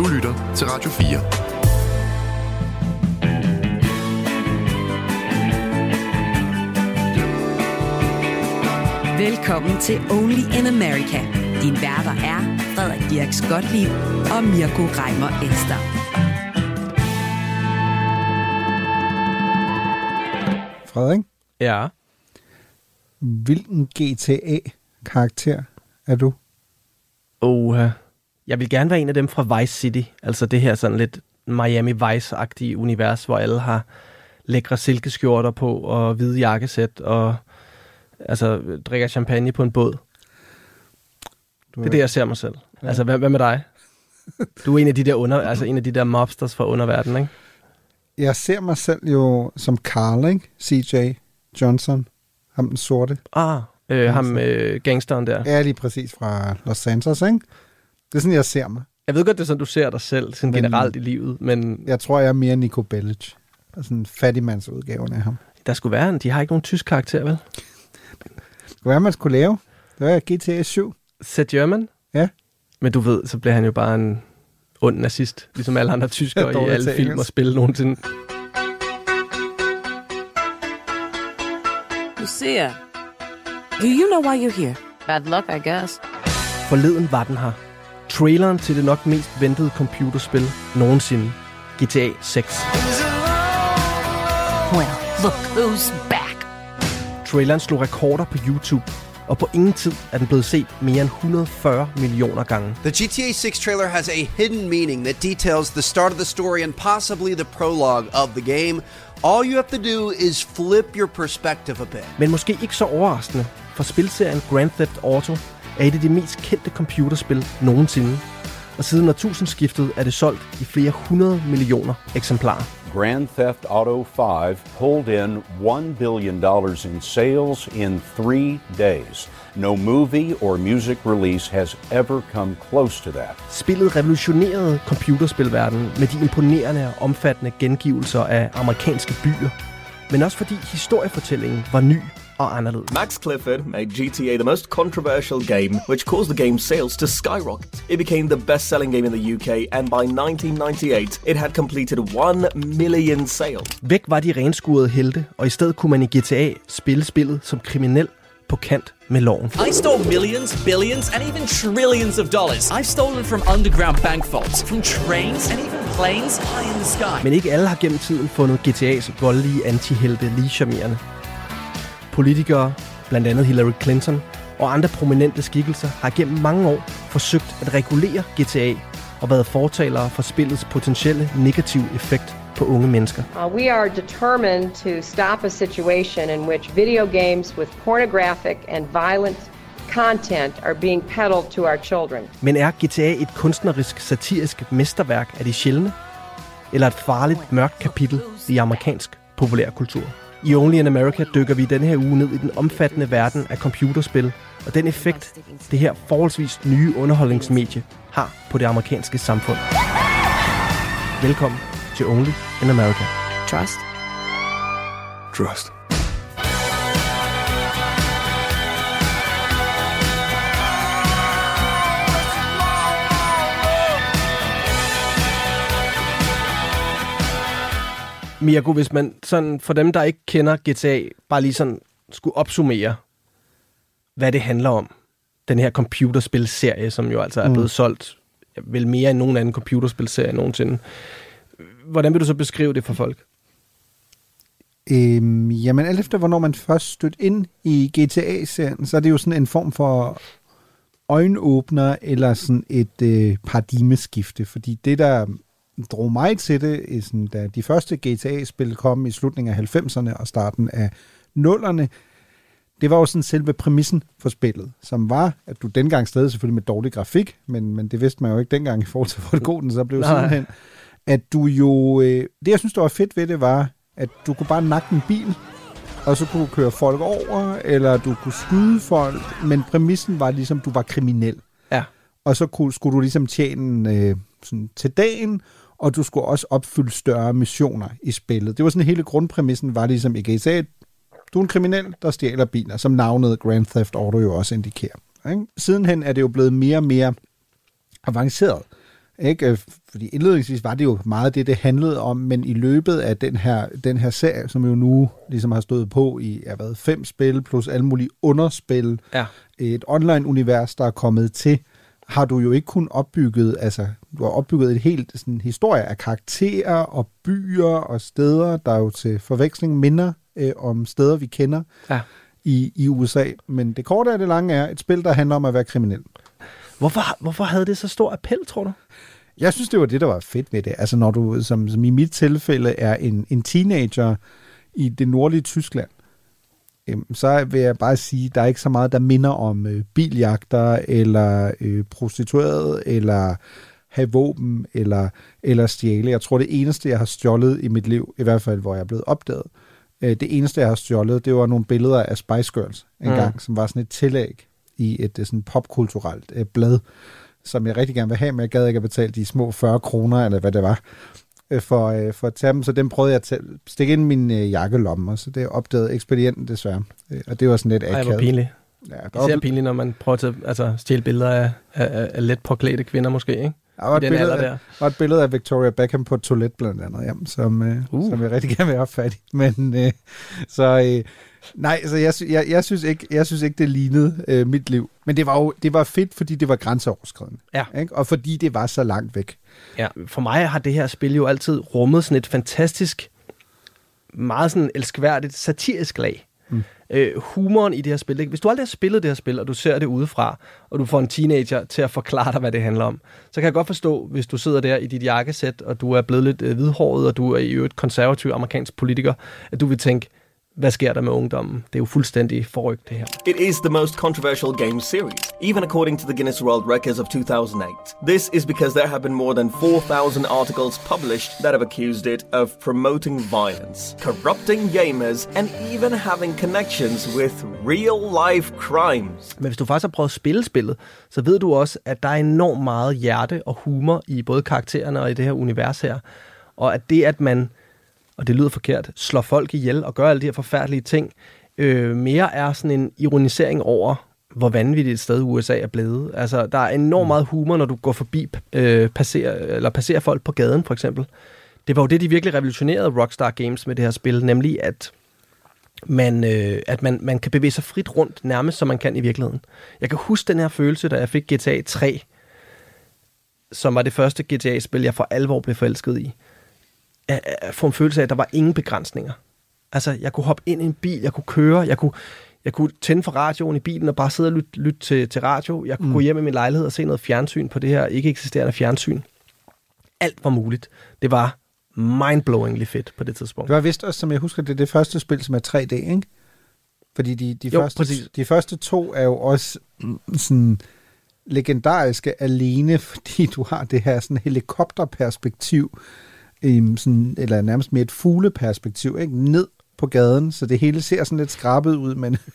Du lytter til Radio 4. Velkommen til Only in America. Din værter er Frederik Dirks Gottlieb og Mirko Reimer Ester. Frederik? Ja? Hvilken GTA-karakter er du? Jeg vil gerne være en af dem fra Vice City. Altså det her sådan lidt Miami Vice-agtige univers, hvor alle har lækre silkeskjorter på og hvide jakkesæt og altså drikker champagne på en båd. Det er det, jeg ser mig selv. Ja. Altså, hvad med dig? Du er en af de der en af de der mobsters fra underverdenen, ikke? Jeg ser mig selv jo som Carl, ikke? CJ Johnson. Ham den sorte. Gangsteren der. Ja, lige præcis fra Los Santos, ikke? Det er sådan, jeg ser mig. Jeg ved godt, det er sådan, du ser dig selv sådan generelt i livet, men... Jeg tror, jeg er mere Nico Bellic. Sådan en fattigmandsudgaven af ham. Der skulle være de har ikke nogen tysk karakter, vel? Det kunne være, man skulle lave. Det var GTA 7. Set German? Ja. Men du ved, så bliver han jo bare en ond nazist, ligesom alle andre tyskere i alle film og spil nogensinde. Lucia, do you know why you're here? Bad luck, I guess. Forleden var den her. Traileren til det nok mest ventede computerspil nogensinde. GTA 6. Well, look who's back. Traileren slog rekorder på YouTube, og på ingen tid er den blevet set mere end 140 millioner gange. The GTA 6 trailer has a hidden meaning that details the start of the story and possibly the prologue of the game. All you have to do is flip your perspective a bit. Men måske ikke så overraskende, for spilserien Grand Theft Auto er et af de mest kendte computerspil nogensinde. Og siden årtusindskiftet er det solgt i flere 100 millioner eksemplarer. Grand Theft Auto 5 pulled in $1 billion in sales in 3 days. No movie or music release has ever come close to that. Spillet revolutionerede computerspilverdenen med de imponerende og omfattende gengivelser af amerikanske byer, men også fordi historiefortællingen var ny og anderledes. Max Clifford made GTA the most controversial game, which caused the game's sales to skyrocket. It became the best-selling game in the UK, and by 1998, it had completed 1 million sales. Væk var de renskurede helte, og i stedet kunne man i GTA spille spillet som kriminel på kant med loven. I stole millions, billions, and even trillions of dollars. I've stolen from underground bank vaults, from trains, and even planes high in the sky. Men ikke alle har gennem tiden fundet GTA's voldelige antihelte lige charmerende. Politikere, blandt andet Hillary Clinton, og andre prominente skikkelser har gennem mange år forsøgt at regulere GTA og været fortalere for spillets potentielle negative effekt på unge mennesker. We are determined to stop a situation in which video games with pornographic and violent content are being peddled to our children. Men er GTA et kunstnerisk, satirisk mesterværk af de sjældne? Eller et farligt, mørkt kapitel i amerikansk populærkultur? I Only in America dykker vi denne her uge ned i den omfattende verden af computerspil, og den effekt, det her forholdsvis nye underholdningsmedie har på det amerikanske samfund. Velkommen til Only in America. Trust. Trust. Mirko, hvis man sådan, for dem, der ikke kender GTA, bare lige sådan skulle opsummere, hvad det handler om. Den her computerspilserie, som jo altså er blevet solgt vel mere end nogen anden computerspilserie nogensinde. Hvordan vil du så beskrive det for folk? Jamen, alt efter hvornår man først stødte ind i GTA-serien, så er det jo sådan en form for øjenåbner eller sådan et paradigmeskifte, fordi det, der drog mig til det, sådan, da de første GTA-spil kom i slutningen af 90'erne og starten af 0'erne, det var jo sådan selve præmissen for spillet, som var, at du dengang stadig selvfølgelig med dårlig grafik, men det vidste man jo ikke dengang i forhold til, hvor det god den så blev sidenhen, at du jo, det jeg synes, der var fedt ved det, var, at du kunne bare nakke en bil, og så kunne du køre folk over, eller du kunne skyde folk, men præmissen var ligesom, du var kriminel. Ja. Og så skulle du ligesom tjene sådan, til dagen, og du skulle også opfylde større missioner i spillet. Det var sådan hele grundpræmissen, var ligesom i GTA, du er en kriminel, der stjæler biler, som navnet Grand Theft Auto jo også indikerer. Ikke? Sidenhen er det jo blevet mere og mere avanceret. Ikke? Fordi indledningsvis var det jo meget det handlede om, men i løbet af den her serie, som jo nu ligesom har stået på i 5 spil, plus alle mulige underspil, et online-univers, der er kommet til, har du jo ikke kun opbygget, altså du har opbygget et helt sådan, historie af karakterer og byer og steder, der jo til forveksling minder om steder, vi kender i USA. Men det korte af det lange er et spil, der handler om at være kriminel. Hvorfor havde det så stor appel, tror du? Jeg synes, det var det, der var fedt med det. Altså når du, som i mit tilfælde, er en teenager i det nordlige Tyskland, så vil jeg bare sige, at der er ikke så meget, der minder om biljagter, eller prostituerede, eller have våben, eller stjæle. Jeg tror, det eneste, jeg har stjålet i mit liv, i hvert fald, hvor jeg er blevet opdaget, det eneste, jeg har stjålet, det var nogle billeder af Spice Girls engang, som var sådan et tillæg i et sådan popkulturelt blad, som jeg rigtig gerne vil have, men jeg gad ikke at betale de små 40 kroner, eller hvad det var, for at tage dem. Så den prøvede jeg at stikke ind i min jakkelomme, og så det opdagede ekspedienten desværre. Og det var sådan lidt akavet. Ej, hvor pinligt. Ja, det er pinligt, når man prøver at stjæle billeder af let påklædte kvinder måske, ikke? Der var et billede af Victoria Beckham på et toilet blandt andet, som jeg rigtig gerne vil have fat i. Men jeg synes ikke, det lignede mit liv. Men det var fedt, fordi det var grænseoverskridende. Ja. Ikke? Og fordi det var så langt væk. Ja, for mig har det her spil jo altid rummet sådan et fantastisk, meget sådan elskværdigt, satirisk lag. Humoren i det her spil. Ikke? Hvis du aldrig har spillet det her spil, og du ser det udefra, og du får en teenager til at forklare dig, hvad det handler om, så kan jeg godt forstå, hvis du sidder der i dit jakkesæt, og du er blevet lidt hvidhåret, og du er i øvrigt konservativ amerikansk politiker, at du vil tænke, hvad sker der med ungdommen? Det er jo fuldstændig forrygt, det her. It is the most controversial game series, even according to the Guinness World Records of 2008. This is because there have been more than 4,000 articles published that have accused it of promoting violence, corrupting gamers, and even having connections with real-life crimes. Men hvis du faktisk har prøvet at spille spillet, så ved du også, at der er enormt meget hjerte og humor i både karaktererne og i det her univers her. Og at det, at man, og det lyder forkert, slår folk ihjel og gør alle de her forfærdelige ting, mere er sådan en ironisering over, hvor vanvittigt et sted USA er blevet. Altså, der er enormt meget humor, når du går forbi, passerer folk på gaden, for eksempel. Det var jo det, de virkelig revolutionerede Rockstar Games med det her spil, nemlig at man kan bevæge sig frit rundt, nærmest som man kan i virkeligheden. Jeg kan huske den her følelse, da jeg fik GTA 3, som var det første GTA-spil, jeg for alvor blev forelsket i. Jeg får en følelse af, at der var ingen begrænsninger. Altså, jeg kunne hoppe ind i en bil, jeg kunne køre, jeg kunne tænde for radioen i bilen og bare sidde og lytte til radio. Jeg kunne gå hjem i min lejlighed og se noget fjernsyn på det her ikke eksisterende fjernsyn. Alt var muligt. Det var mindblowingly fedt på det tidspunkt. Det var vist også, som jeg husker, det er det første spil, som er 3D, ikke? Fordi de første 2 er jo også sådan legendariske alene, fordi du har det her sådan helikopterperspektiv, sådan, eller nærmest med et fugleperspektiv, ikke? Ned på gaden, så det hele ser sådan lidt skrabet ud,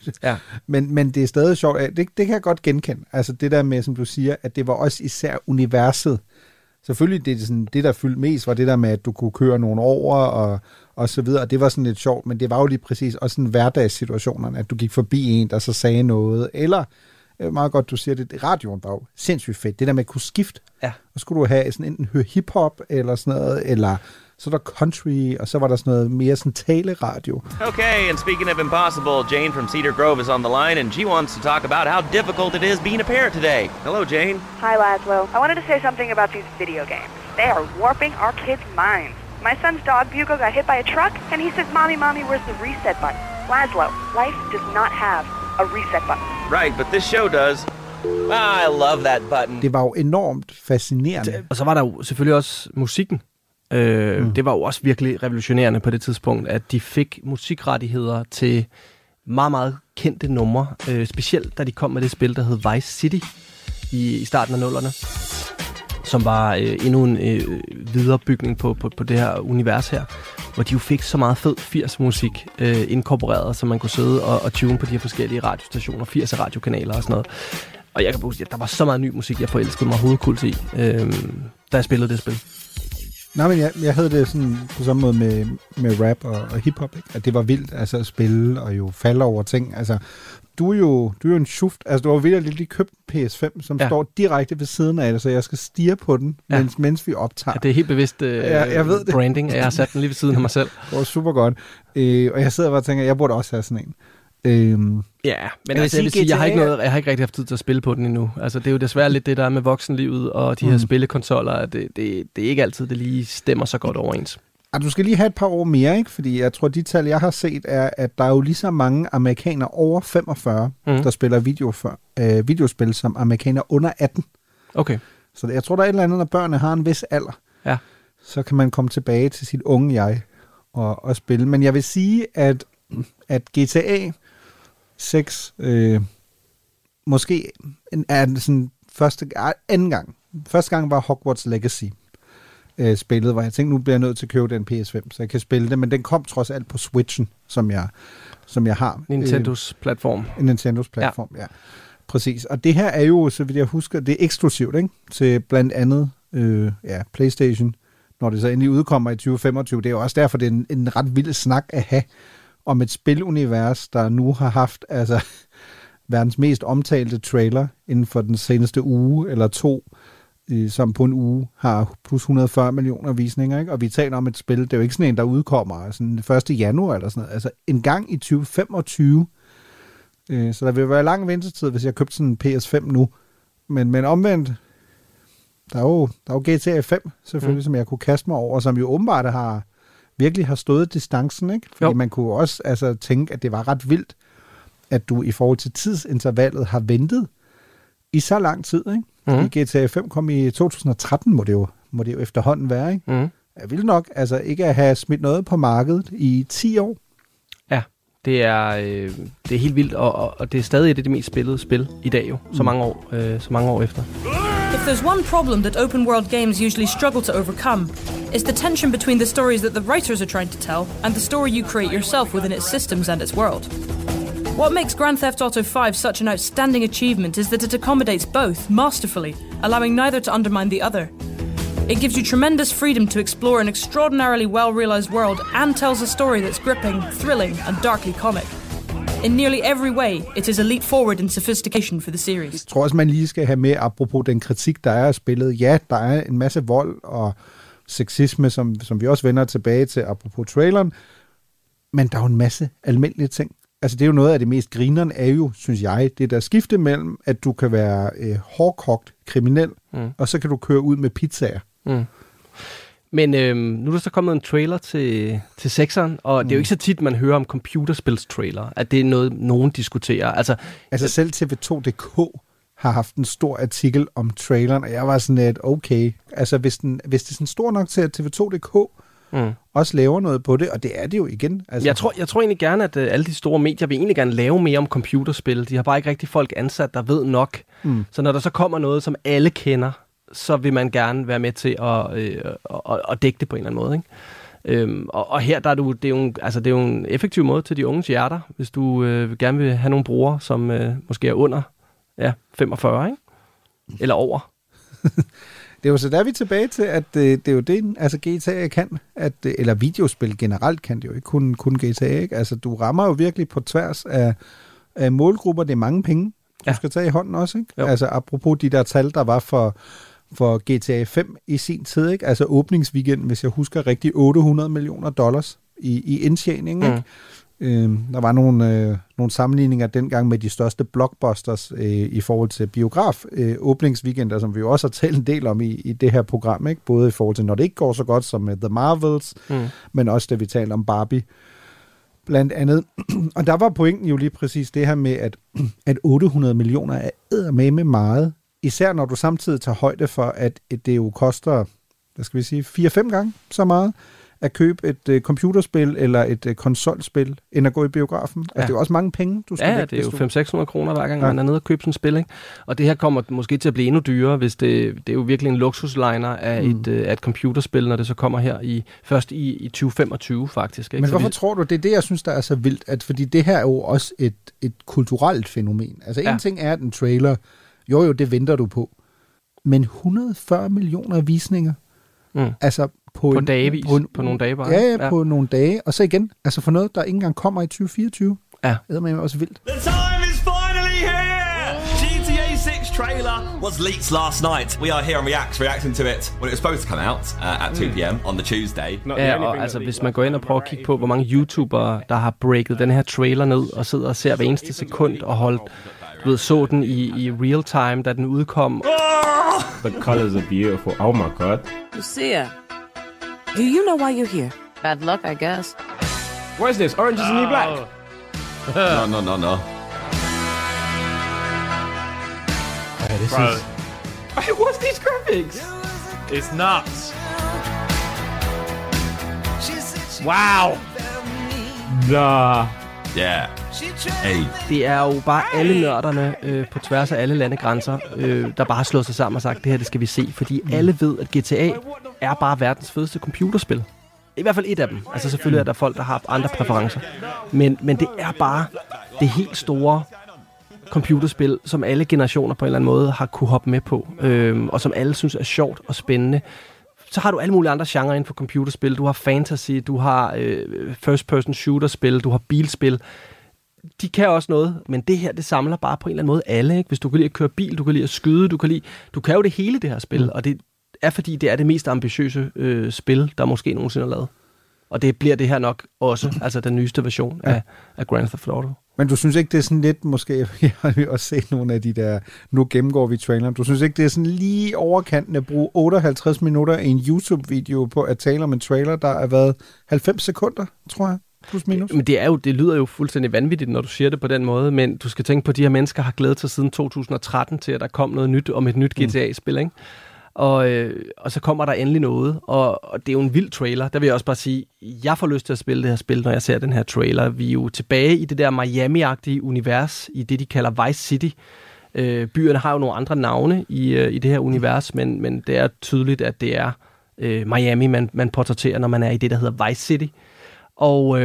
men det er stadig sjovt. Det kan jeg godt genkende. Altså det der med, som du siger, at det var også især universet. Selvfølgelig det der fyldte mest, var det der med, at du kunne køre nogen over, og så videre, og det var sådan lidt sjovt, men det var jo lige præcis også sådan hverdagssituationerne, at du gik forbi en, der så sagde noget, eller meget godt, du siger det, radioen var jo sindssygt fedt, det der med at kunne skifte, og skulle du have sådan enten høre hiphop, eller sådan noget, eller så der country, og så var der sådan noget mere sådan taleradio. Okay, and speaking of impossible, Jane from Cedar Grove is on the line, and she wants to talk about how difficult it is being a parent today. Hello, Jane. Hi, Laszlo. I wanted to say something about these video games. They are warping our kids' minds. My son's dog, Bugo, got hit by a truck, and he says, Mommy, where's the reset button? Laszlo, life does not have a reset button. Right, but this show does. I love that button. Det var jo enormt fascinerende. Og så var der jo selvfølgelig også musikken. Det var jo også virkelig revolutionerende på det tidspunkt, at de fik musikrettigheder til meget, meget kendte numre. Specielt da de kom med det spil, der hed Vice City i starten af 00'erne. Som var endnu en viderebygning på det her univers her. Hvor de jo fik så meget fed 80'er-musik inkorporeret, så man kunne sidde og tune på de her forskellige radiostationer, 80'er radiokanaler og sådan noget. Og jeg kan huske, at der var så meget ny musik, jeg forelskede mig hovedkult i, da jeg spillede det spil. Nej, men jeg havde det sådan på samme måde med rap og hiphop, ikke? At det var vildt, altså at spille og jo falde over ting. Altså, du er jo en schuft. Altså, du har virkelig lige købt en PS5, som står direkte ved siden af det, så jeg skal stirre på den, mens vi optager. Ja, det er helt bevidst jeg ved det. Branding, at jeg har sat den lige ved siden af mig selv. Det var super godt. Og jeg sidder og tænker, jeg burde også have sådan en. Men jeg vil sige, jeg har ikke rigtig haft tid til at spille på den endnu. Altså, det er jo desværre lidt det, der er med voksenlivet og de her spillekonsoller, at det er ikke altid, det lige stemmer så godt overens. Du skal lige have et par år mere, ikke? Fordi jeg tror, de tal, jeg har set, er, at der er jo lige så mange amerikanere over 45, der spiller videospil, som amerikanere under 18. Okay. Så jeg tror, der er et eller andet, når børnene har en vis alder. Ja. Så kan man komme tilbage til sit unge jeg og spille. Men jeg vil sige, at GTA 6 måske er sådan anden gang. Første gang var Hogwarts Legacy spillet, hvor jeg tænkte, nu bliver jeg nødt til at købe den PS5, så jeg kan spille det, men den kom trods alt på Switchen, som jeg har. Nintendos platform. Nintendos platform, ja. Præcis. Og det her er jo, så vidt jeg husker, det er eksklusivt, ikke? Til blandt andet PlayStation, når det så endelig udkommer i 2025. Det er jo også derfor, det er en ret vild snak at have om et spilunivers, der nu har haft verdens mest omtalte trailer inden for den seneste uge eller to, som på en uge har plus 140 millioner visninger, ikke? Og vi taler om et spil, det er jo ikke sådan en, der udkommer sådan 1. januar eller sådan noget, altså en gang i 2025. Så der vil være lang ventetid, hvis jeg købte sådan en PS5 nu. Men omvendt, der er jo GTA 5 selvfølgelig, som jeg kunne kaste mig over, som jo åbenbart virkelig har stået distancen, ikke? Fordi man kunne også tænke, at det var ret vildt, at du i forhold til tidsintervallet har ventet i så lang tid, ikke? Fordi GTA 5 kom i 2013, må det jo efterhånden være, ikke? Jeg vil nok ikke at have smidt noget på markedet i 10 år. Ja, det er helt vildt, og det er stadig et af de mest spillede spil i dag jo, så mange år efter. If there's one problem that open world games usually struggle to overcome, it's the tension between the stories that the writers are trying to tell and the story you create yourself within its systems and its world. What makes Grand Theft Auto 5 such an outstanding achievement is that it accommodates both masterfully, allowing neither to undermine the other. It gives you tremendous freedom to explore an extraordinarily well-realized world and tells a story that's gripping, thrilling, and darkly comic. In nearly every way, it is a leap forward in sophistication for the series. Jeg tror også, man lige skal have med, apropos den kritik, der er af spillet. Ja, der er en masse vold og sexisme, som vi også vender tilbage til, apropos traileren. Men der er jo en masse almindelige ting. Altså, det er jo noget af det mest grinerne, er jo, synes jeg, det der skifte mellem, at du kan være hårdkogt kriminel, og så kan du køre ud med pizzaer. Men nu er der så kommet en trailer til 6'eren, og det er jo ikke så tit, man hører om computerspils-trailer, at det er noget, nogen diskuterer. Altså selv TV2.dk har haft en stor artikel om traileren, og jeg var sådan lidt, okay, altså hvis det er sådan stor nok til, at TV2.dk også laver noget på det, og det er det jo igen. Altså. Jeg tror egentlig gerne, at alle de store medier vil egentlig gerne lave mere om computerspil. De har bare ikke rigtig folk ansat, der ved nok. Så når der så kommer noget, som alle kender, så vil man gerne være med til at dække det på en eller anden måde, ikke? Og her der det er jo en effektiv måde til de unges hjerter, hvis du gerne vil have nogle brugere, som måske er under 45, ikke? Eller over. Det er jo så der vi er tilbage til, at det er jo det, altså GTA kan, eller videospil generelt kan det jo ikke, kun GTA, ikke? Altså du rammer jo virkelig på tværs af målgrupper, det er mange penge, du skal tage i hånden også, ikke? Jo. Altså apropos de der tal, der var for GTA 5 i sin tid, ikke? Altså åbningsweekend, hvis jeg husker rigtigt, $800 millioner i indtjening, ikke? Der var nogle sammenligninger dengang med de største blockbusters i forhold til biograf åbningsweekender, som vi jo også har talt en del om i det her program, ikke? Både i forhold til, når det ikke går så godt som med The Marvels, men også det, vi taler om Barbie, blandt andet. Og der var pointen jo lige præcis det her med, at 800 millioner er eddermame meget, især når du samtidig tager højde for, at det jo koster, 4-5 gange så meget, at købe et computerspil eller et konsolspil, end at gå i biografen. Altså, det er jo også mange penge, du skal lægge. Det er jo 500-600 kroner hver gang, man er nede og købe sådan et spil, ikke? Og det her kommer måske til at blive endnu dyrere, hvis det er jo virkelig en luksusliner af et computerspil, når det så kommer her først i 2025, faktisk. Ikke? Men hvorfor tror du, det er det, jeg synes, der er så vildt? At, fordi det her er jo også et kulturelt fænomen. Altså en ting er, at en trailer, jo, det venter du på. Men 140 millioner visninger, altså på dagevis, på nogle dage bare. Ja, på nogle dage. Og så igen, altså for noget, der ikke engang kommer i 2024. Ja. Det er med også vildt. The time is finally here! GTA 6 trailer was leaked last night. We are here on React, reacting to it when it was supposed to come out at 2 p.m. on the Tuesday. Ja, og altså hvis man går ind og prøver at kigge på, hvor mange YouTubere, der har breaket den her trailer ned, og sidder og ser hver eneste sekund og holdt, du ved, så den i real time, da den udkom. The colors are beautiful. Oh my god. Lucia, do you know why you're here? Bad luck, I guess. What is this? Orange is the new black? No. Bro. What's these graphics? It's nuts. Wow. Nah. Yeah. Hey. Det er jo bare alle nørderne på tværs af alle landegrænser, der bare har slået sig sammen og sagt, det her det skal vi se. Fordi alle ved, at GTA er bare verdens fedeste computerspil. I hvert fald et af dem. Altså selvfølgelig er der folk, der har andre præferencer. Men det er bare det helt store computerspil, som alle generationer på en eller anden måde har kunne hoppe med på. Og som alle synes er sjovt og spændende. Så har du alle mulige andre genrer inden for computerspil. Du har fantasy, du har first-person shooter-spil, du har bilspil. De kan også noget, men det her, det samler bare på en eller anden måde alle. Ikke? Hvis du kan lide at køre bil, du kan lide at skyde, du kan jo det hele, det her spil. Og det er fordi, det er det mest ambitiøse spil, der måske nogensinde er lavet. Og det bliver det her nok også, altså den nyeste version af Grand Theft Auto. Men du synes ikke, det er sådan lidt, måske, jeg har jo også set nogle af de der, nu gennemgår vi traileren, du synes ikke, det er sådan lige overkanten at bruge 58 minutter i en YouTube-video på at tale om en trailer, der har været 90 sekunder, tror jeg, plus minus? Men det lyder jo fuldstændig vanvittigt, når du siger det på den måde, men du skal tænke på, at de her mennesker har glædet sig siden 2013 til, at der kom noget nyt om et nyt GTA-spil, ikke? Og så kommer der endelig noget, og det er jo en vild trailer. Der vil jeg også bare sige, jeg får lyst til at spille det her spil, når jeg ser den her trailer. Vi er jo tilbage i det der Miami-agtige univers, i det de kalder Vice City. Byerne har jo nogle andre navne i det her univers, men det er tydeligt, at det er Miami, man portrætterer, når man er i det, der hedder Vice City. Og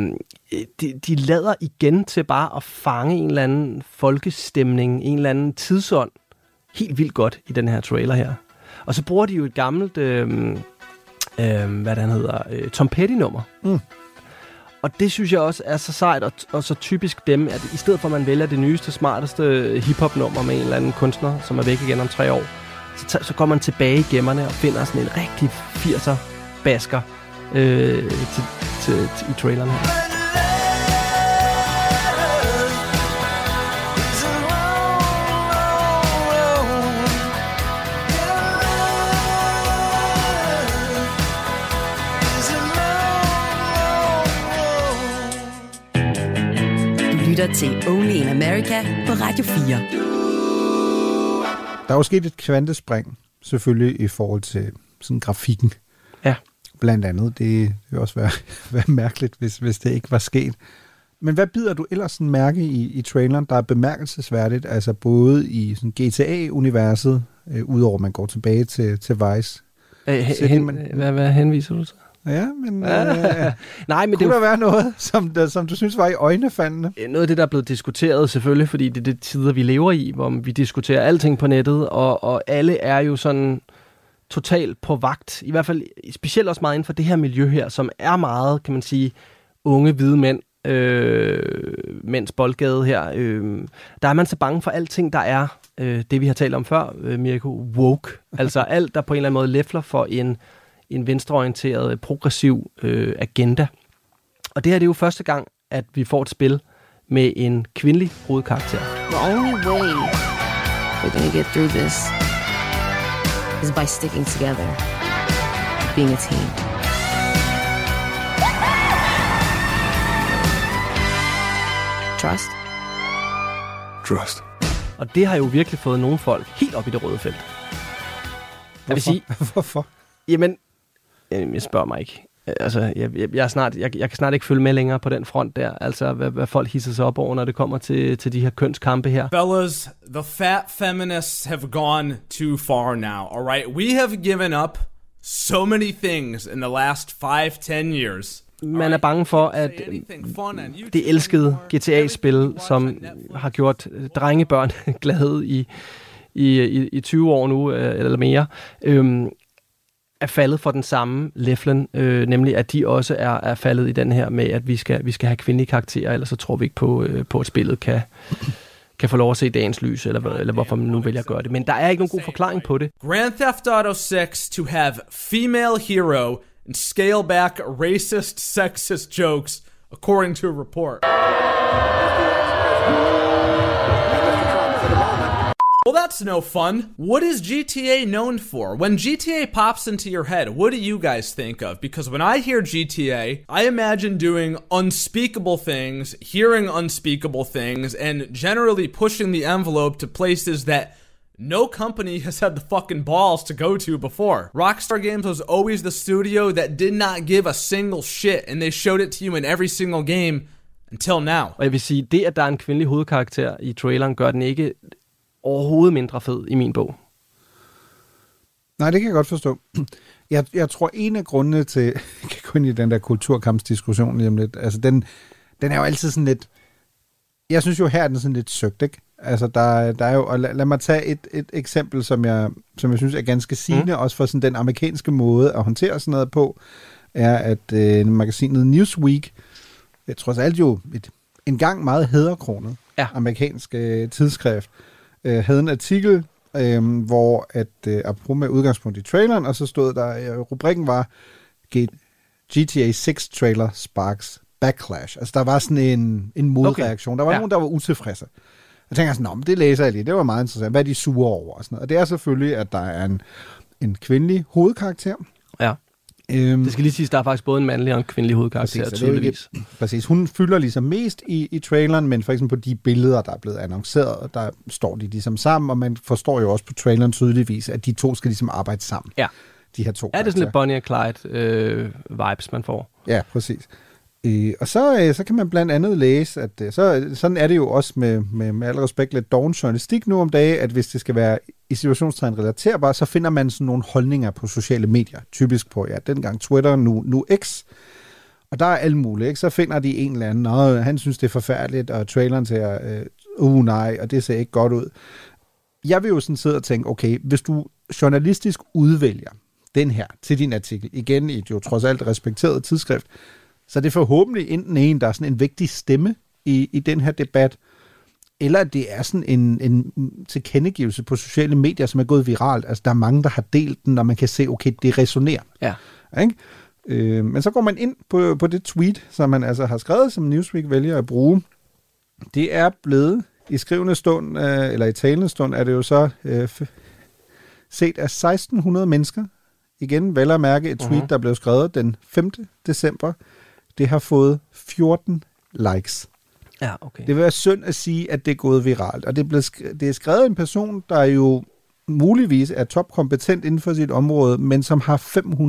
de lader igen til bare at fange en eller anden folkestemning, en eller anden tidsånd, helt vildt godt i den her trailer her. Og så bruger de jo et gammelt, hvad det hedder, Tom Petty-nummer. Og det synes jeg også er så sejt, og så typisk dem, at i stedet for at man vælger det nyeste, smarteste hip-hop-nummer med en eller anden kunstner, som er væk igen om 3 år, så går man tilbage i gemmerne og finder sådan en rigtig 80'er-basker i traileren her. Lytter til Only in America på Radio 4. Der er jo sket et kvantespring, selvfølgelig i forhold til sådan grafikken. Ja. Blandt andet. Det vil også være mærkeligt, hvis det ikke var sket. Men hvad bider du ellers sådan mærke i traileren, der er bemærkelsesværdigt, altså både i sådan GTA-universet, udover at man går tilbage til Vice? Hvad henviser du til? Ja, men nej, men kunne der være noget, som du synes var i øjnefaldende? Noget af det, der er blevet diskuteret selvfølgelig, fordi det er det tider, vi lever i, hvor vi diskuterer alting på nettet, og alle er jo sådan totalt på vagt. I hvert fald specielt også meget inden for det her miljø her, som er meget, kan man sige, unge hvide mænd, mænds boldgade her. Der er man så bange for alting, der er det, vi har talt om før, Mirko, woke. Altså alt, der på en eller anden måde lefler for en venstreorienteret, progressiv agenda. Og det her det er jo første gang, at vi får et spil med en kvindelig hovedkarakter. The only way we're gonna get through this is by sticking together, being a team. Trust. Trust. Og det har jo virkelig fået nogle folk helt op i det røde felt. Jeg vil sige, hvorfor? Jamen, jeg spørger mig ikke. Altså, jeg kan snart ikke følge med længere på den front der. Altså, hvad folk hisser sig op over, når det kommer til de her kønskampe her. Fellas, the fat feminists have gone too far now, all right? We have given up so many things in the last 5-10 years. Man er bange for, at det elskede GTA-spil, som har gjort drengebørn glade i 20 år nu, eller mere, er faldet for den samme leflen, nemlig at de også er faldet i den her med, at vi skal have kvindelige karakterer, ellers så tror vi ikke på at spillet kan få lov at se dagens lys, eller hvorfor man nu vælger at gøre det. Men der er ikke nogen god forklaring på det. Grand Theft Auto 6 to have female hero and scale back racist, sexist jokes, according to a report. Well, that's no fun. What is GTA known for? When GTA pops into your head, what do you guys think of? Because when I hear GTA, I imagine doing unspeakable things, hearing unspeakable things, and generally pushing the envelope to places that no company has had the fucking balls to go to before. Rockstar Games was always the studio that did not give a single shit, and they showed it to you in every single game until now. Og jeg vil sige, det at der er en kvindelig hovedkarakter i traileren, gør den ikke overhovedet mindre fed i min bog. Nej, det kan jeg godt forstå. Jeg tror, en af grundene til, jeg kan gå ind i den der kulturkampsdiskussion lige om lidt, altså den er jo altid sådan lidt, jeg synes jo her er den sådan lidt søgt, ikke? Altså der er jo, og lad mig tage et eksempel, som jeg synes er ganske sigende, også for sådan den amerikanske måde at håndtere sådan noget på, er at magasinet Newsweek, jeg tror alt jo en gang meget hæderkronet amerikansk tidsskrift, havde en artikel, hvor apropos med udgangspunkt i traileren, og så stod der, rubrikken var GTA 6 trailer sparks backlash. Altså der var sådan en modreaktion. Okay. Der var nogen, der var utilfredse. Jeg tænker sådan, det læser jeg lige. Det var meget interessant. Hvad er de sure over? Og, sådan noget. Og det er selvfølgelig, at der er en kvindelig hovedkarakter. Ja. Det skal lige siges, der er faktisk både en mandlig og en kvindelig hovedkarakter, tydeligvis. Præcis. Hun fylder ligesom mest i traileren, men for eksempel på de billeder, der er blevet annonceret, der står de ligesom sammen, og man forstår jo også på traileren tydeligvis, at de to skal ligesom arbejde sammen. Ja. De her to karakterer. Det er sådan lidt Bonnie og Clyde vibes, man får. Ja, præcis. Og så kan man blandt andet læse, at sådan er det jo også med al respekt lidt doven journalistik nu om dagen, at hvis det skal være i situationstegn relaterbart, så finder man sådan nogle holdninger på sociale medier. Typisk på, dengang Twitter, nu X. Og der er alt muligt, ikke? Så finder de en eller anden, og han synes, det er forfærdeligt, og traileren siger, nej, og det ser ikke godt ud. Jeg vil jo sådan sidde og tænke, okay, hvis du journalistisk udvælger den her til din artikel, igen i et jo trods alt respekteret tidsskrift, så det er forhåbentlig enten en, der er sådan en vigtig stemme i den her debat, eller det er sådan en tilkendegivelse på sociale medier, som er gået viralt. Altså, der er mange, der har delt den, og man kan se, okay, det resonerer. Ja. Ikke? Men så går man ind på det tweet, som man altså har skrevet, som Newsweek vælger at bruge. Det er blevet i skrivende stund, eller i talende stund, er det jo så set af 1600 mennesker. Igen, vel at mærke et tweet, der blev skrevet den 5. december. Det har fået 14 likes. Ja, okay. Det vil være synd at sige, at det er gået viralt. Og det er skrevet af en person, der jo muligvis er topkompetent inden for sit område, men som har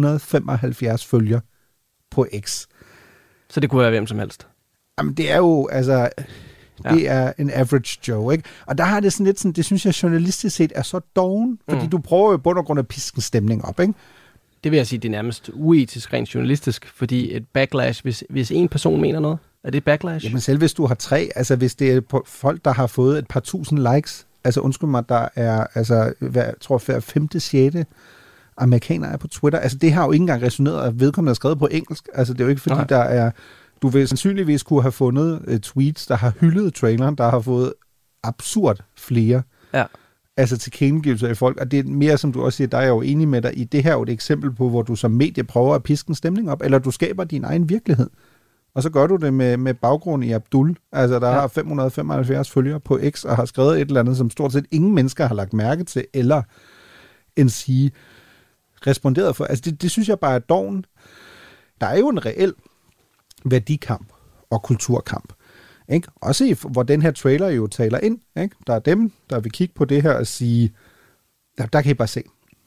575 følgere på X. Så det kunne være hvem som helst? Jamen, det er jo, altså... Det er en average Joe, ikke? Og der har det sådan lidt sådan, det synes jeg journalistisk set er så doven, fordi du prøver jo bund og grund at piske en stemning op, ikke? Det vil jeg sige, det er nærmest uetisk rent journalistisk, fordi et backlash, hvis en person mener noget, er det backlash? Jamen selv hvis du har 3, altså hvis det er folk, der har fået et par tusind likes, altså undskyld mig, der er, altså, jeg tror, hver 5., 6. amerikaner er på Twitter, altså det har jo ikke engang resoneret, at vedkommende er skrevet på engelsk, altså det er jo ikke fordi, der er... Du vil sandsynligvis kunne have fundet tweets, der har hyldet traileren, der har fået absurd flere altså tilkendegivelser i folk. Og det er mere, som du også siger, der er jeg jo enig med dig i. Det her er jo et eksempel på, hvor du som medie prøver at piske en stemning op, eller du skaber din egen virkelighed. Og så gør du det med baggrund i Abdul, altså der har 575 følgere på X, og har skrevet et eller andet, som stort set ingen mennesker har lagt mærke til, eller end sige responderet for. Altså det synes jeg bare er doven. Der er jo en reel værdikamp og kulturkamp. Ikke? Også hvor den her trailer jo taler ind. Ikke? Der er dem, der vil kigge på det her og sige, der kan I bare se.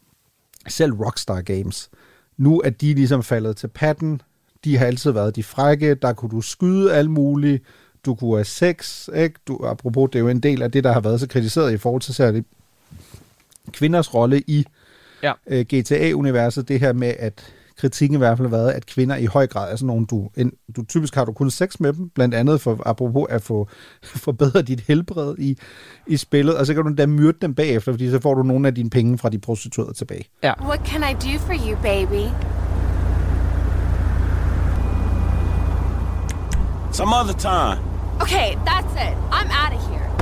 Selv Rockstar Games. Nu er de ligesom faldet til patten. De har altid været de frække. Der kunne du skyde alt muligt. Du kunne have sex. Ikke? Apropos, det er jo en del af det, der har været så kritiseret i forhold til særligt kvinders rolle i GTA-universet. Det her med, at kritikken i hvert fald været, at kvinder i høj grad er sådan nogle, du typisk har du kun sex med dem, blandt andet for apropos at få forbedre dit helbred i spillet, og så kan du da myrde dem bagefter, fordi så får du nogle af dine penge fra de prostituerede tilbage. Ja. What can I do for you, baby? Some other time. Okay, that's it. I'm out of here.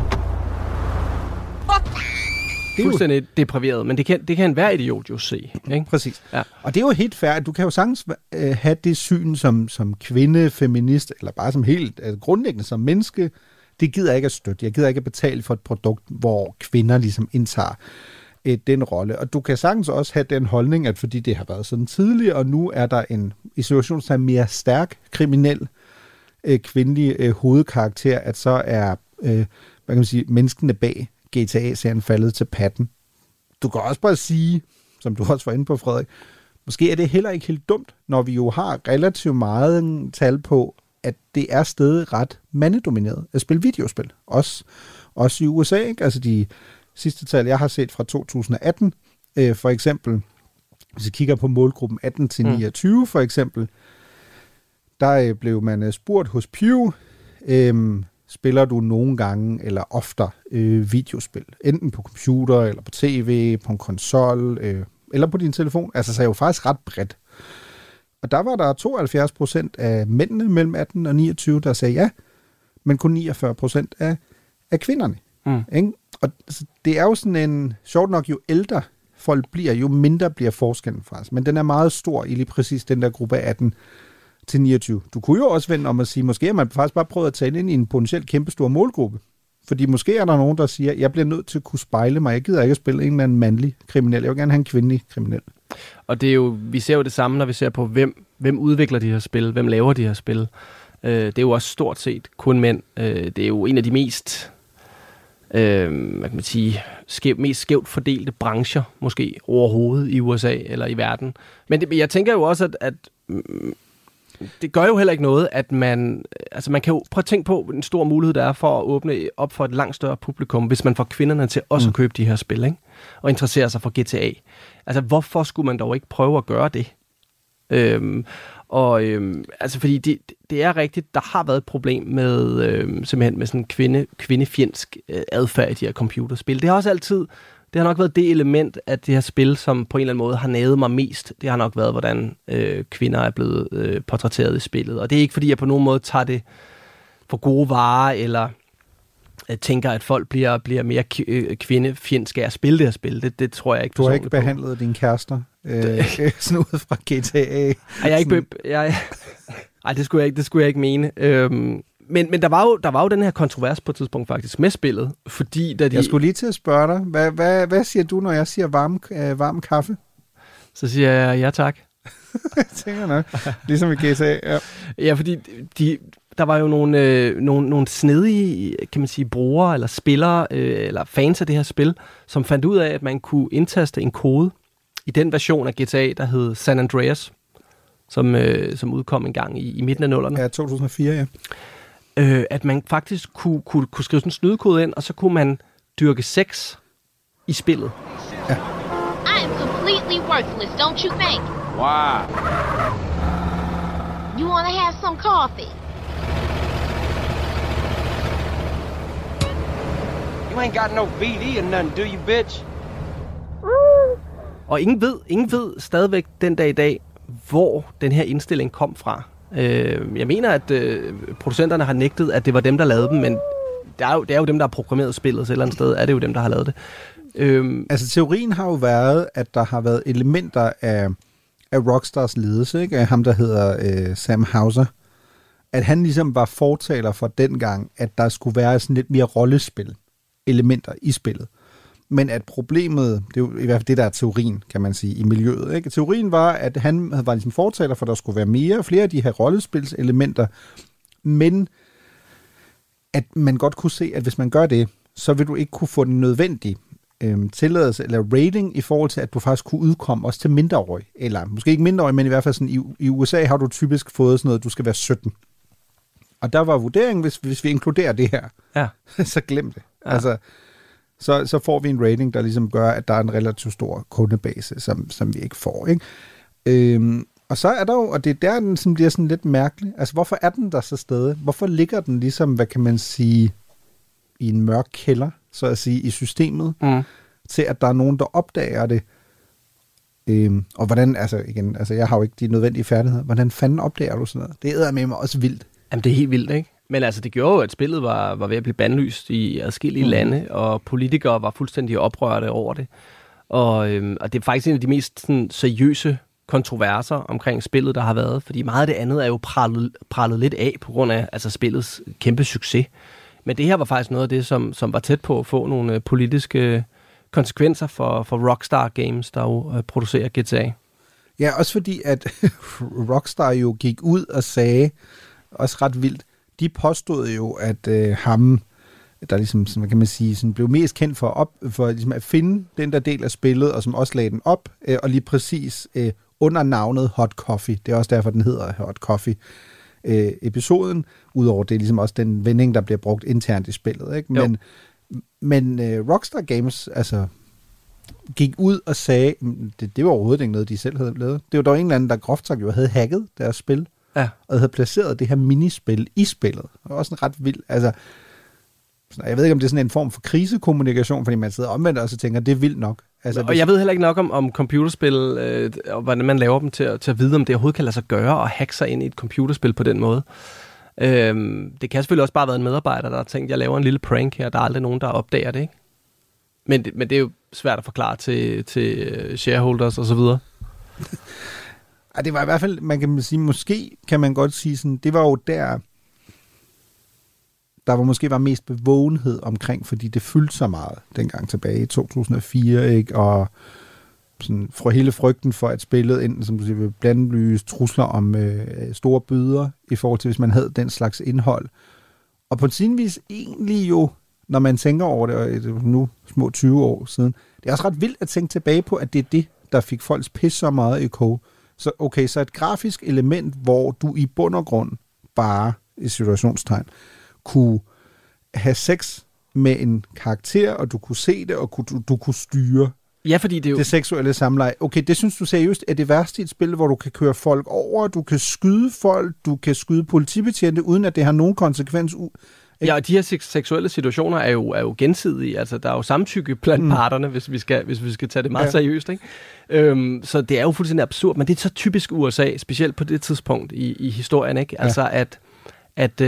Fuck. Fuldstændig depriveret, men det kan enhver idiot jo se. Ikke? Præcis. Ja. Og det er jo helt fair, at du kan jo sagtens have det syn som kvinde, feminist, eller bare som helt grundlæggende som menneske. Det gider jeg ikke at støtte. Jeg gider ikke at betale for et produkt, hvor kvinder ligesom indtager den rolle. Og du kan sagtens også have den holdning, at fordi det har været sådan tidligere, og nu er der en i situationen, der er mere stærk kriminel kvindelig hovedkarakter, at så er hvad kan man sige, menneskene bag GTA-serien faldet til patten. Du kan også bare sige, som du også var inde på, Frederik, måske er det heller ikke helt dumt, når vi jo har relativt meget tal på, at det er stadig ret mandedomineret at spille videospil. Også i USA, ikke? Altså de sidste tal, jeg har set fra 2018, for eksempel, hvis vi kigger på målgruppen 18-29 for eksempel, der blev man spurgt hos Pew, spiller du nogle gange eller oftere videospil, enten på computer, eller på tv, på en konsol, eller på din telefon, altså så er jo faktisk ret bredt. Og der var der 72% af mændene mellem 18 og 29, der sagde ja, men kun 49% af kvinderne. Ikke? Og det er jo sådan en, sjovt nok, jo ældre folk bliver, jo mindre bliver forskellen fra os. Men den er meget stor i lige præcis den der gruppe af 18 til 29. Du kunne jo også vende om at sige, måske har man faktisk bare prøvet at tale ind i en potentielt kæmpestor målgruppe. Fordi måske er der nogen, der siger, jeg bliver nødt til at kunne spejle mig. Jeg gider ikke at spille en eller anden mandlig kriminel. Jeg vil gerne have en kvindelig kriminel. Og det er jo, vi ser jo det samme, når vi ser på, hvem udvikler de her spil, hvem laver de her spil. Det er jo også stort set kun mænd. Det er jo en af de mest, hvad kan man sige, mest skævt fordelte brancher, måske overhovedet i USA eller i verden. Men jeg tænker jo også, at det gør jo heller ikke noget, at man kan jo prøve at tænke på en stor mulighed, der er for at åbne op for et langt større publikum, hvis man får kvinderne til også at købe de her spil, ikke? Og interessere sig for GTA. Altså, hvorfor skulle man dog ikke prøve at gøre det? Fordi det er rigtigt, der har været et problem med simpelthen med sådan kvindefjendsk adfærd i de her computerspil. Det har også altid, det har nok været det element af det her spil, som på en eller anden måde har naget mig mest. Det har nok været, hvordan kvinder er blevet portrætteret i spillet. Og det er ikke, fordi jeg på nogen måde tager det for gode varer, eller tænker, at folk bliver mere kvindefjendske af at spille det her spil. Det tror jeg ikke. Du har ikke behandlet dine kærester sådan ud fra GTA? Det skulle jeg ikke mene. Men der var jo den her kontrovers på et tidspunkt faktisk med spillet, fordi da Jeg skulle lige til at spørge dig, hvad siger du, når jeg siger varm kaffe? Så siger jeg ja tak. Jeg tænker nok, ligesom i GTA. Ja, ja, fordi der var jo nogle snedige, kan man sige, brugere eller spillere eller fans af det her spil, som fandt ud af, at man kunne indtaste en kode i den version af GTA, der hed San Andreas, som udkom en gang i midten af 00'erne. Ja, 2004, ja. At man faktisk kunne skrive sådan en snydekode ind, og så kunne man dyrke sex i spillet. Ja. I am completely worthless, don't you think? Wow. You want to have some coffee? You ain't got no VD or nothing, do you, bitch? Og ingen ved stadigvæk den dag i dag, hvor den her indstilling kom fra. Jeg mener, at producenterne har nægtet, at det var dem, der lavede dem, men det er jo dem, der har programmeret spillet, så et eller andet sted er det jo dem, der har lavet det. Altså, teorien har jo været, at der har været elementer af Rockstars ledelse, ikke? Af ham, der hedder Sam Houser, at han ligesom var fortaler for dengang, at der skulle være sådan lidt mere rollespil elementer i spillet. Men at problemet, det er jo i hvert fald det, der er teorien, kan man sige, i miljøet. Ikke? Teorien var, at han var ligesom fortaler for, at der skulle være flere af de her rollespilselementer, men at man godt kunne se, at hvis man gør det, så vil du ikke kunne få den nødvendige tilladelse eller rating i forhold til, at du faktisk kunne udkomme også til mindreårige. Eller måske ikke mindreårige, men i hvert fald sådan i USA har du typisk fået sådan noget, du skal være 17. Og der var vurderingen, hvis vi inkluderer det her, så glem det. Ja. Altså, så får vi en rating, der ligesom gør, at der er en relativt stor kundebase, som vi ikke får. Ikke? Og så er der jo, og det er der, den som bliver sådan lidt mærkelig. Altså, hvorfor er den der så stadig? Hvorfor ligger den ligesom, hvad kan man sige, i en mørk kælder, så at sige, i systemet, til at der er nogen, der opdager det? Og hvordan, altså jeg har jo ikke de nødvendige færdigheder. Hvordan fanden opdager du sådan noget? Det æder med mig også vildt. Jamen, det er helt vildt, ikke? Men altså, det gjorde jo, at spillet var ved at blive bandlyst i adskillige lande, og politikere var fuldstændig oprørte over det. Og det er faktisk en af de mest sådan, seriøse kontroverser omkring spillet, der har været, fordi meget af det andet er jo prallet lidt af på grund af altså spillets kæmpe succes. Men det her var faktisk noget af det, som var tæt på at få nogle politiske konsekvenser for Rockstar Games, der jo producerer GTA. Ja, også fordi, at Rockstar jo gik ud og sagde, også ret vildt, de påstod jo, at ham, der ligesom, som kan man sige, sådan blev mest kendt for ligesom at finde den der del af spillet, og som også lagde den op, og lige præcis under navnet Hot Coffee. Det er også derfor, den hedder Hot Coffee. Episoden, udover det er ligesom også den vending, der bliver brugt internt i spillet. Ikke? Men Rockstar Games altså, gik ud og sagde, det var overhovedet ikke noget, de selv havde lavet. Det var dog en eller anden, der groft sagt jo havde hacket deres spil, og havde placeret det her minispil i spillet. Det var også en ret vild, altså, jeg ved ikke, om det er sådan en form for krisekommunikation, fordi man sidder omvendt og så tænker, det er vildt nok. Altså, og jeg ved heller ikke nok om computerspil, og hvordan man laver dem til at vide, om det overhovedet kan lade sig gøre at hacke sig ind i et computerspil på den måde. Det kan selvfølgelig også bare være en medarbejder, der har tænkt, jeg laver en lille prank her, der er aldrig nogen, der opdager det, ikke? Men det er jo svært at forklare til shareholders og så videre. Det var i hvert fald, man kan sige, måske kan man godt sige sådan, det var jo der måske var mest bevågenhed omkring, fordi det fyldte så meget dengang tilbage i 2004, ikke? Og sådan, fra hele frygten for, at spillet enten, som du siger, vil blandlyse trusler om store bøder, i forhold til, hvis man havde den slags indhold. Og på sin vis egentlig jo, når man tænker over det, og det nu små 20 år siden, det er også ret vildt at tænke tilbage på, at det er det, der fik folks pis så meget i kog. Så okay, så et grafisk element, hvor du i bund og grund bare, i situationstegn, kunne have sex med en karakter, og du kunne se det, og du kunne styre fordi det seksuelle samleje. Okay, det synes du seriøst er det værste i et spil, hvor du kan køre folk over, du kan skyde folk, du kan skyde politibetjente, uden at det har nogen konsekvens. Ja, og de her seksuelle situationer er jo gensidige. Altså, der er jo samtykke blandt parterne, hvis vi skal tage det meget seriøst, ikke? Så det er jo fuldstændig absurd, men det er så typisk USA, specielt på det tidspunkt i historien, ikke? Altså, at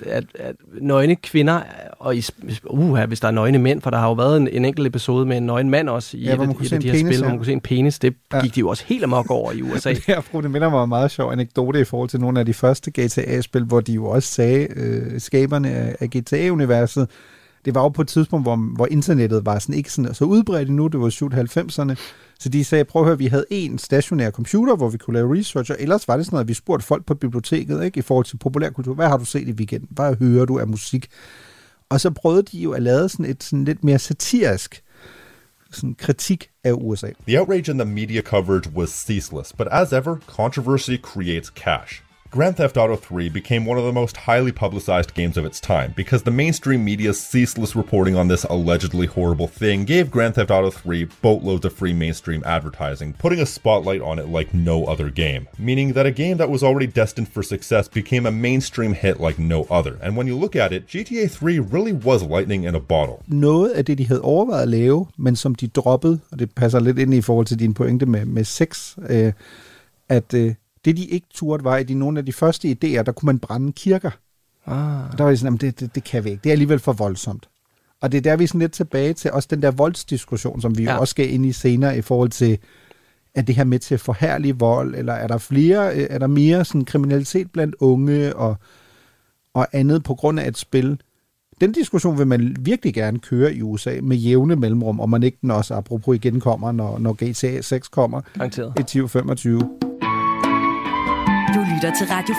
nøgne kvinder, og hvis der er nøgne mænd, for der har jo været en enkelt episode med en nøgen mand også i et af de her spil, hvor man kunne se en penis, det gik de jo også helt amok over i USA. Det minder mig en meget sjov anekdote i forhold til nogle af de første GTA-spil, hvor de jo også sagde, skaberne af GTA-universet, det var jo på et tidspunkt, hvor internettet var sådan ikke sådan så udbredt endnu, det var 90'erne, så de sagde, prøv at høre, vi havde en stationær computer, hvor vi kunne lave research, og ellers var det sådan noget, at vi spurgte folk på biblioteket, ikke, i forhold til populærkultur, hvad har du set i weekenden, hvad hører du af musik? Og så prøvede de jo at lave sådan et sådan lidt mere satirisk sådan kritik af USA. The outrage in the media coverage was ceaseless, but as ever, controversy creates cash. Grand Theft Auto 3 became one of the most highly publicized games of its time because the mainstream media's ceaseless reporting on this allegedly horrible thing gave Grand Theft Auto 3 boatloads of free mainstream advertising, putting a spotlight on it like no other game, meaning that a game that was already destined for success became a mainstream hit like no other. And when you look at it, GTA 3 really was lightning in a bottle. Noget af det, de havde overvejet at lave, men som de droppede, og det passer lidt ind i forhold til din pointe med sex, det, de ikke turde, var, at i nogle af de første idéer, der kunne man brænde kirker. Og der var det sådan, det kan vi ikke. Det er alligevel for voldsomt. Og det er der, vi er sådan lidt tilbage til også den der voldsdiskussion, som vi jo også skal ind i senere i forhold til, er det her med til forhærlig vold, eller er der mere sådan kriminalitet blandt unge og andet på grund af et spil? Den diskussion vil man virkelig gerne køre i USA med jævne mellemrum, og man ikke den også, apropos igen, kommer, når GTA 6 kommer i 2025. Du lytter til Radio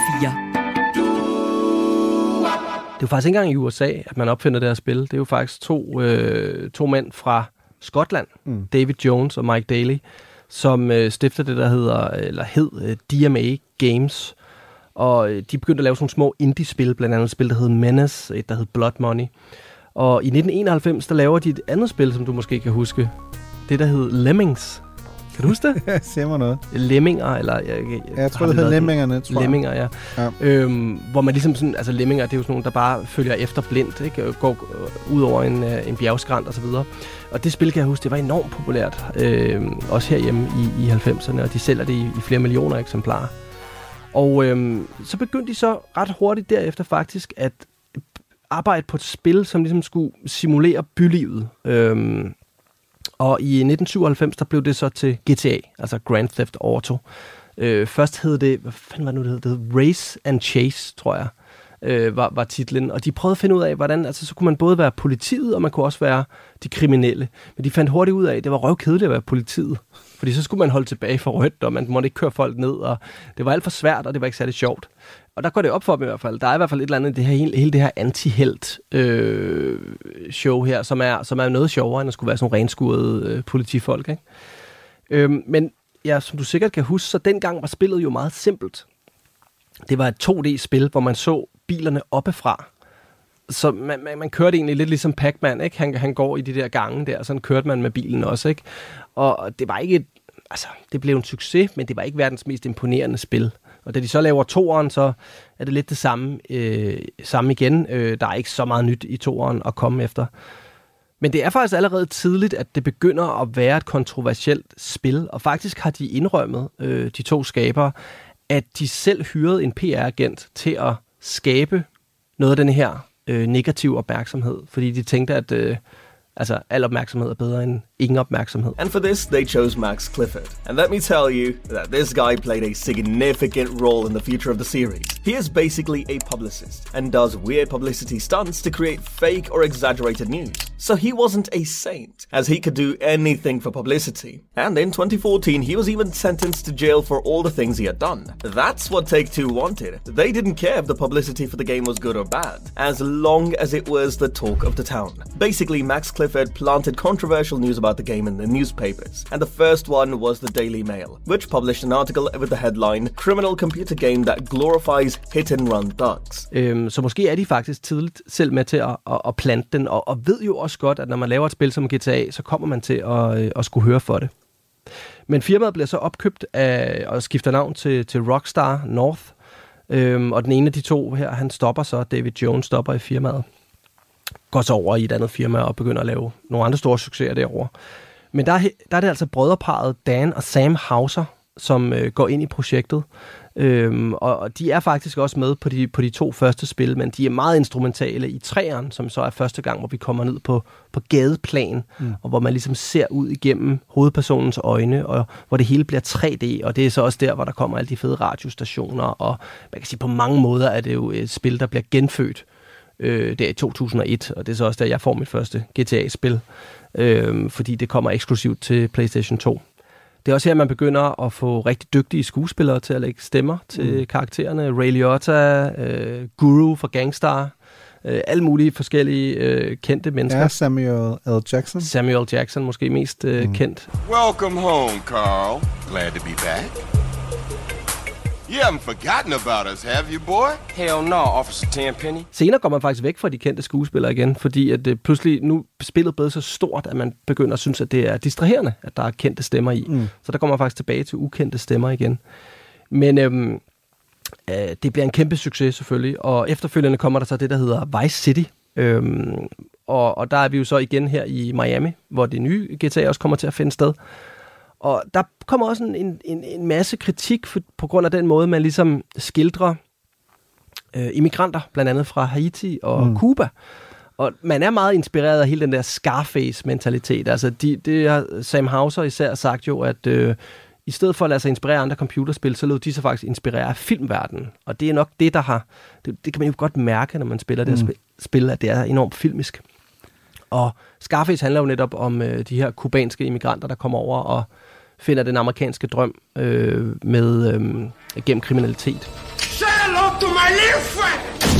4. Det er jo faktisk ikke engang i USA, at man opfinder det her spil. Det er jo faktisk to mænd fra Skotland, David Jones og Mike Daly, som stifter det, der hed DMA Games. Og de begyndte at lave sådan små indie-spil, blandt andet et spil, der hed Menace, et, der hed Blood Money. Og i 1991, der laver de et andet spil, som du måske kan huske. Det, der hed Lemmings. Kan du huske det? Jeg ser mig noget. Lemminger, eller... Jeg tror, det hedder Lemmingerne, tror jeg. Lemminger, ja. Hvor man ligesom sådan... Altså, lemminger, det er jo sådan nogle, der bare følger efter blindt, ikke? Går ud over en bjergskrant og så videre. Og det spil, kan jeg huske, det var enormt populært. Også herhjemme i 90'erne, og de sælger det i flere millioner eksemplarer. Og så begyndte de så ret hurtigt derefter faktisk at arbejde på et spil, som ligesom skulle simulere bylivet. Og i 1997, der blev det så til GTA, altså Grand Theft Auto. Først hed det, hvad fanden var det nu, det hed? Det hed Race and Chase, tror jeg, var titlen. Og de prøvede at finde ud af, hvordan, altså så kunne man både være politiet, og man kunne også være de kriminelle. Men de fandt hurtigt ud af, at det var røvkedeligt at være politiet. Fordi så skulle man holde tilbage for rødt, og man måtte ikke køre folk ned, og det var alt for svært, og det var ikke særlig sjovt. Og der går det op for dem i hvert fald. Der er i hvert fald et eller andet i det her, hele det her anti-helt show her, som er noget sjovere, end at skulle være sådan renskurede politifolk, ikke? Men ja, som du sikkert kan huske, så dengang var spillet jo meget simpelt. Det var et 2D-spil, hvor man så bilerne oppefra. Så man kørte egentlig lidt ligesom Pac-Man, ikke? Han går i de der gange der, og sådan kørte man med bilen også, ikke? Og det var ikke det blev en succes, men det var ikke verdens mest imponerende spil. Og da de så laver toeren, så er det lidt det samme igen. Der er ikke så meget nyt i toeren at komme efter. Men det er faktisk allerede tidligt, at det begynder at være et kontroversielt spil. Og faktisk har de indrømmet, de to skabere, at de selv hyrede en PR-agent til at skabe noget af den her negativ opmærksomhed. Fordi de tænkte, at al opmærksomhed er bedre end ingen opmærksomhed. And for this, they chose Max Clifford. And let me tell you that this guy played a significant role in the future of the series. He is basically a publicist and does weird publicity stunts to create fake or exaggerated news. So he wasn't a saint, as he could do anything for publicity. And in 2014, he was even sentenced to jail for all the things he had done. That's what Take-Two wanted. They didn't care if the publicity for the game was good or bad, as long as it was the talk of the town. Basically, Max Clifford planted controversial news about the game in the newspapers, and the first one was the Daily Mail, which published an article with the headline, Criminal Computer Game That Glorifies Hit-and-Run Thugs. Så måske er de faktisk tidligt selv med til at plante den, og ved jo også godt, at når man laver et spil som GTA, så kommer man til at skulle høre for det. Men firmaet bliver så opkøbt og skifter navn til Rockstar North, og den ene af de to her, han stopper så, David Jones stopper i firmaet, går så over i et andet firma og begynder at lave nogle andre store succeser derovre. Men der er det altså brødreparret Dan og Sam Houser, som går ind i projektet. Og de er faktisk også med på de to første spil, men de er meget instrumentale i 3'eren, som så er første gang, hvor vi kommer ned på gadeplan, og hvor man ligesom ser ud igennem hovedpersonens øjne, og hvor det hele bliver 3D, og det er så også der, hvor der kommer alle de fede radiostationer, og man kan sige, på mange måder er det jo et spil, der bliver genfødt der i 2001, og det er så også der, jeg får mit første GTA-spil, fordi det kommer eksklusivt til PlayStation 2. Det er også her, man begynder at få rigtig dygtige skuespillere til at lægge stemmer til karaktererne. Ray Liotta, Guru fra Gangstar, alle mulige forskellige kendte mennesker. Ja, Samuel L. Jackson. Samuel Jackson måske mest kendt. Welcome home, Carl. Glad to be back. You haven't forgotten about us, have you, boy? Hell no, Officer Tenpenny. Senere går man faktisk væk fra de kendte skuespillere igen, fordi at det pludselig nu spillet blevet så stort, at man begynder at synes, at det er distraherende, at der er kendte stemmer i. Så der kommer man faktisk tilbage til ukendte stemmer igen. Men det bliver en kæmpe succes selvfølgelig, og efterfølgende kommer der så det, der hedder Vice City. Og der er vi jo så igen her i Miami, hvor det nye GTA også kommer til at finde sted. Og der kommer også en masse kritik på grund af den måde, man ligesom skildrer immigranter, blandt andet fra Haiti og Cuba. Og man er meget inspireret af hele den der Scarface-mentalitet. Altså, det har Sam Houser især sagt jo, at i stedet for at lade sig inspirere af andre computerspil, så lod de sig faktisk inspirere af filmverdenen. Og det er nok det, der har... Det kan man jo godt mærke, når man spiller det her spil, at det er enormt filmisk. Og Scarface handler jo netop om de her kubanske immigranter, der kommer over og finder den amerikanske drøm gennem kriminalitet. Say hello to my little friend!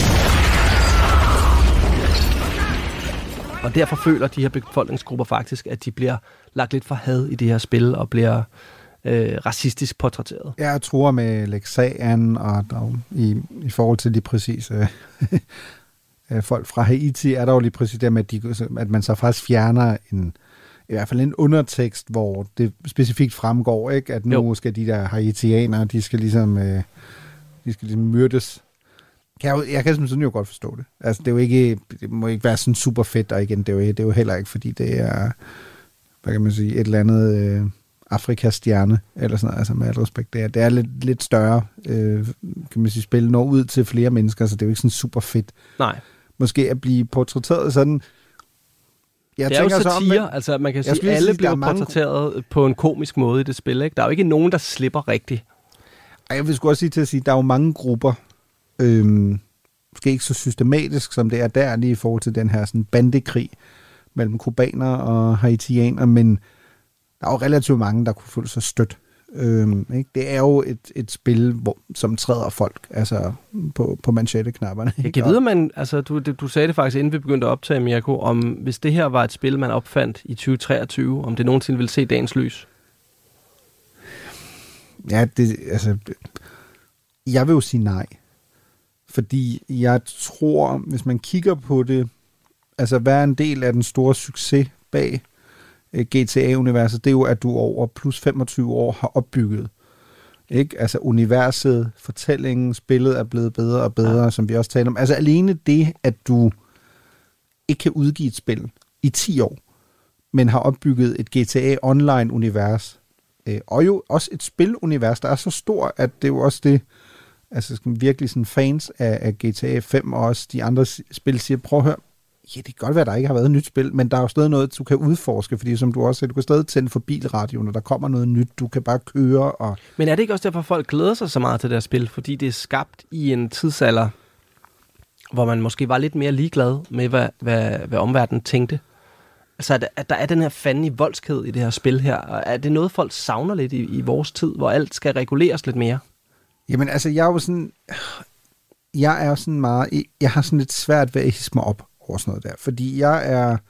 Og derfor føler de her befolkningsgrupper faktisk, at de bliver lagt lidt for had i det her spil, og bliver racistisk portrætteret. Jeg tror med Lexan og i forhold til lige præcis folk fra Haiti, er der jo lige præcis det med, at man så faktisk fjerner i hvert fald en undertekst, hvor det specifikt fremgår, ikke, at nu skal de der haitianere, de skal ligesom myrdes. Jeg kan sådan jo godt forstå det. Altså, det må ikke være sådan super fedt, og igen, det er jo heller ikke, fordi det er, hvad kan man sige, et eller andet Afrikas stjerne, eller sådan noget, altså med al respekt. Det er lidt større, kan man sige, spil når ud til flere mennesker, så det er jo ikke sådan super fedt. Nej. Måske at blive portrætteret sådan. Det er jo satire, altså man kan sige, at alle bliver portrætteret på en komisk måde i det spil, ikke? Der er jo ikke nogen, der slipper rigtigt. Jeg vil sgu også sige, der er jo mange grupper, måske ikke så systematisk, som det er der, lige i forhold til den her sådan bandekrig mellem kubanere og haitianer, men der er jo relativt mange, der kunne føle sig stødt. Ikke? Det er jo et spil, som træder folk altså på manschetteknapperne. Jeg kan vide, man, altså, du sagde det faktisk, inden vi begyndte at optage, Mirko, om hvis det her var et spil, man opfandt i 2023, om det nogensinde ville se dagens lys? Ja, jeg vil jo sige nej. Fordi jeg tror, hvis man kigger på det, altså hvad er en del af den store succes bag GTA-universet, det er jo, at du over plus 25 år har opbygget. Ikke? Altså universet, fortællingen, spillet er blevet bedre og bedre, som vi også taler om. Altså alene det, at du ikke kan udgive et spil i 10 år, men har opbygget et GTA Online-univers, og jo også et spilunivers, der er så stor, at det er jo også det, altså virkelig sådan fans af GTA 5 og også de andre spil siger, prøv at høre, ja, det kan godt være, at der ikke har været et nyt spil, men der er jo stadig noget, du kan udforske, fordi som du også sagde, du kan stadig tænde for bilradioen, og der kommer noget nyt, du kan bare køre. Og men er det ikke også derfor, folk glæder sig så meget til det her spil? Fordi det er skabt i en tidsalder, hvor man måske var lidt mere ligeglad med, hvad omverdenen tænkte. Altså, at der er den her fanden i voldskhed i det her spil her, og er det noget, folk savner lidt i vores tid, hvor alt skal reguleres lidt mere? Jamen, altså, jeg har sådan lidt svært ved at hisse mig op over sådan noget der, fordi jeg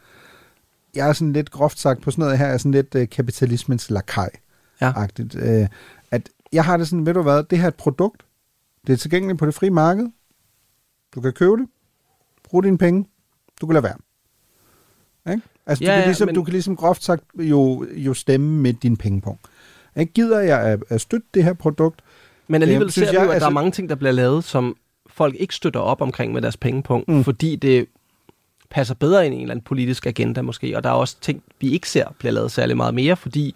er sådan lidt groft sagt på sådan noget her, er sådan lidt kapitalismens lakaj-agtigt. Ja. At jeg har det sådan, ved du hvad, det her er et produkt, det er tilgængeligt på det frie marked, du kan købe det, bruge dine penge, du kan lade være. Ikke? Altså, du kan ligesom groft sagt jo stemme med din pengepunkt. Gider jeg at støtte det her produkt? Men alligevel ser vi jo, at der er mange ting, der bliver lavet, som folk ikke støtter op omkring med deres pengepunkt, fordi det passer bedre ind i en eller anden politisk agenda måske, og der er også ting, vi ikke ser bliver lavet særlig meget mere, fordi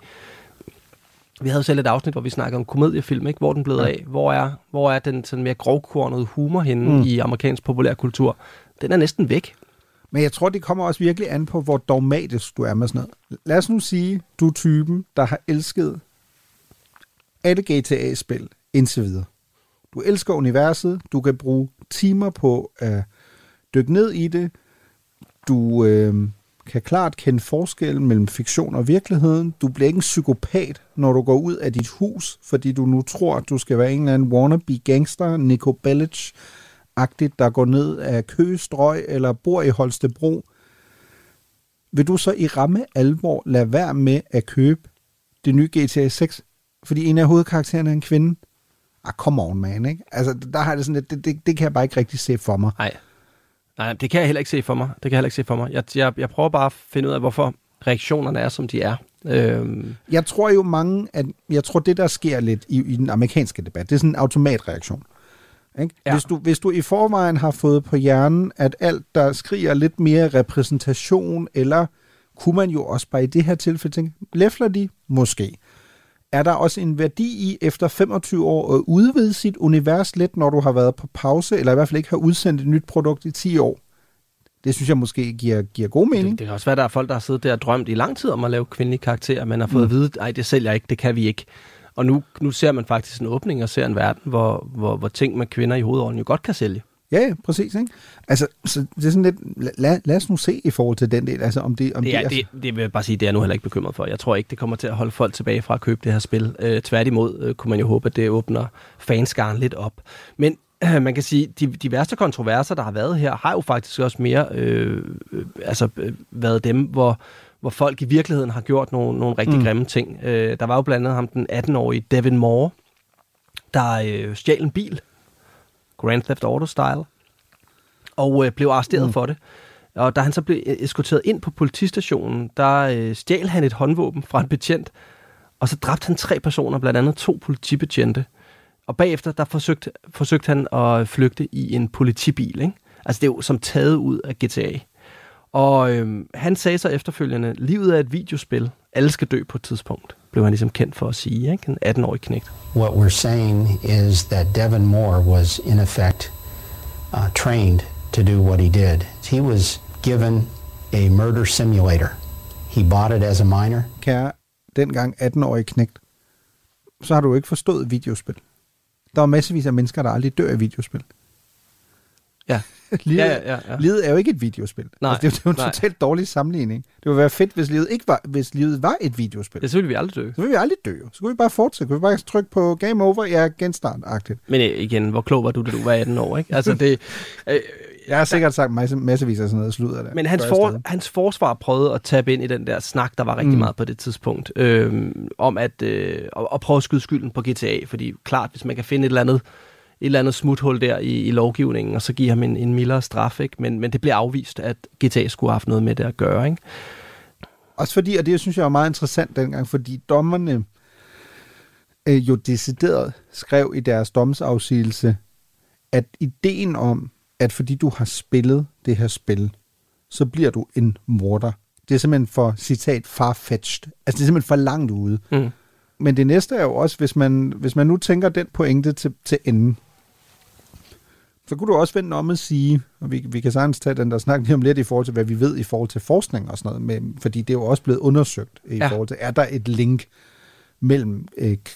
vi havde selv et afsnit, hvor vi snakkede om komediefilm, ikke? Hvor den blevet af? Hvor er den sådan mere grovkornede humor henne i amerikansk populærkultur? Den er næsten væk. Men jeg tror, det kommer også virkelig an på, hvor dogmatisk du er med sådan noget. Lad os nu sige, du er typen, der har elsket alle GTA-spil indtil videre. Du elsker universet, du kan bruge timer på at dykke ned i det, du kan klart kende forskellen mellem fiktion og virkeligheden, du bliver ikke en psykopat, når du går ud af dit hus, fordi du nu tror, at du skal være en eller anden wannabe gangster, Nico Bellic-agtigt, der går ned af Køgestrøg eller bor i Holstebro. Vil du så i ramme alvor lade være med at købe det nye GTA 6, fordi en af hovedkaraktererne er en kvinde? Come on, man, ikke? Altså, der har det sådan lidt, det kan jeg bare ikke rigtig se for mig. Nej, det kan jeg heller ikke se for mig. Jeg prøver bare at finde ud af, hvorfor reaktionerne er, som de er. Jeg tror jo jeg tror det, der sker lidt i den amerikanske debat, det er sådan en automatreaktion. Ikke? Ja. Hvis du i forvejen har fået på hjernen, at alt, der skriger lidt mere repræsentation, eller kunne man jo også bare i det her tilfælde tænke, læfler de? Måske. Er der også en værdi i, efter 25 år, at udvide sit univers lidt, når du har været på pause, eller i hvert fald ikke har udsendt et nyt produkt i 10 år? Det synes jeg måske giver god mening. Det kan også være, at der er folk, der har siddet der og drømt i lang tid om at lave kvindelige karakterer, men har fået at vide, at det sælger ikke, det kan vi ikke. Og nu ser man faktisk en åbning og ser en verden, hvor ting med kvinder i hovedrollen jo godt kan sælge. Ja, præcis. Ikke? Altså, så det er sådan lidt, lad os nu se i forhold til den del. Altså, det vil jeg bare sige, det er jeg nu heller ikke bekymret for. Jeg tror ikke, det kommer til at holde folk tilbage fra at købe det her spil. Tværtimod kunne man jo håbe, at det åbner fanskaren lidt op. Men man kan sige, de værste kontroverser, der har været her, har jo faktisk også mere været dem, hvor folk i virkeligheden har gjort nogle rigtig grimme ting. Der var jo blandt andet ham, den 18-årige Devin Moore, der stjal en bil, Grand Theft Auto-style, og blev arresteret for det. Og da han så blev eskorteret ind på politistationen, der stjal han et håndvåben fra en betjent, og så dræbte han 3 personer, blandt andet 2 politibetjente. Og bagefter, der forsøgte han at flygte i en politibil, ikke? Altså det er jo som taget ud af GTA. Og han sagde så efterfølgende, livet er et videospil, alle skal dø på et tidspunkt, blev han ligesom kendt for at sige, ikke? En 18-årig knægt. What we're saying is that Devin Moore was in effect trained to do what he did. He was given a murder simulator. He bought it as a minor. Kære, dengang 18-årig knægt, så har du ikke forstået videospil. Der er masservis af mennesker, der aldrig dør i videospil. Ja. Livet er jo ikke et videospil. Nej, altså, det er jo en totalt dårlig sammenligning. Det ville være fedt, hvis livet var et videospil. Ja, så ville vi aldrig dø. Så ville vi aldrig dø. Så kunne vi bare fortsætte. Kunne vi bare trykke på game over, genstart-agtigt. Men igen, hvor klog var du, da du var 18 år, ikke? Altså det... Jeg har sikkert sagt masservis af sådan noget sludder der. Men hans forsvar prøvede at tabe ind i den der snak, der var rigtig meget på det tidspunkt, om at prøve at skyde skylden på GTA, fordi klart, hvis man kan finde et eller andet smuthul der i lovgivningen, og så give ham en mildere straf, ikke? Men det blev afvist, at GTA skulle have haft noget med det at gøre, ikke? Også fordi, og det synes jeg var meget interessant dengang, fordi dommerne jo decideret skrev i deres domsafsigelse, at ideen om, at fordi du har spillet det her spil, så bliver du en morder. Det er simpelthen for, citat, farfetched. Altså det er simpelthen for langt ude. Mm. Men det næste er jo også, hvis man nu tænker den pointe til enden, så kunne du også vende om at sige, og vi kan sagtens tage den der snak lige om lidt i forhold til, hvad vi ved i forhold til forskning og sådan noget, fordi det er jo også blevet undersøgt i forhold til, er der et link mellem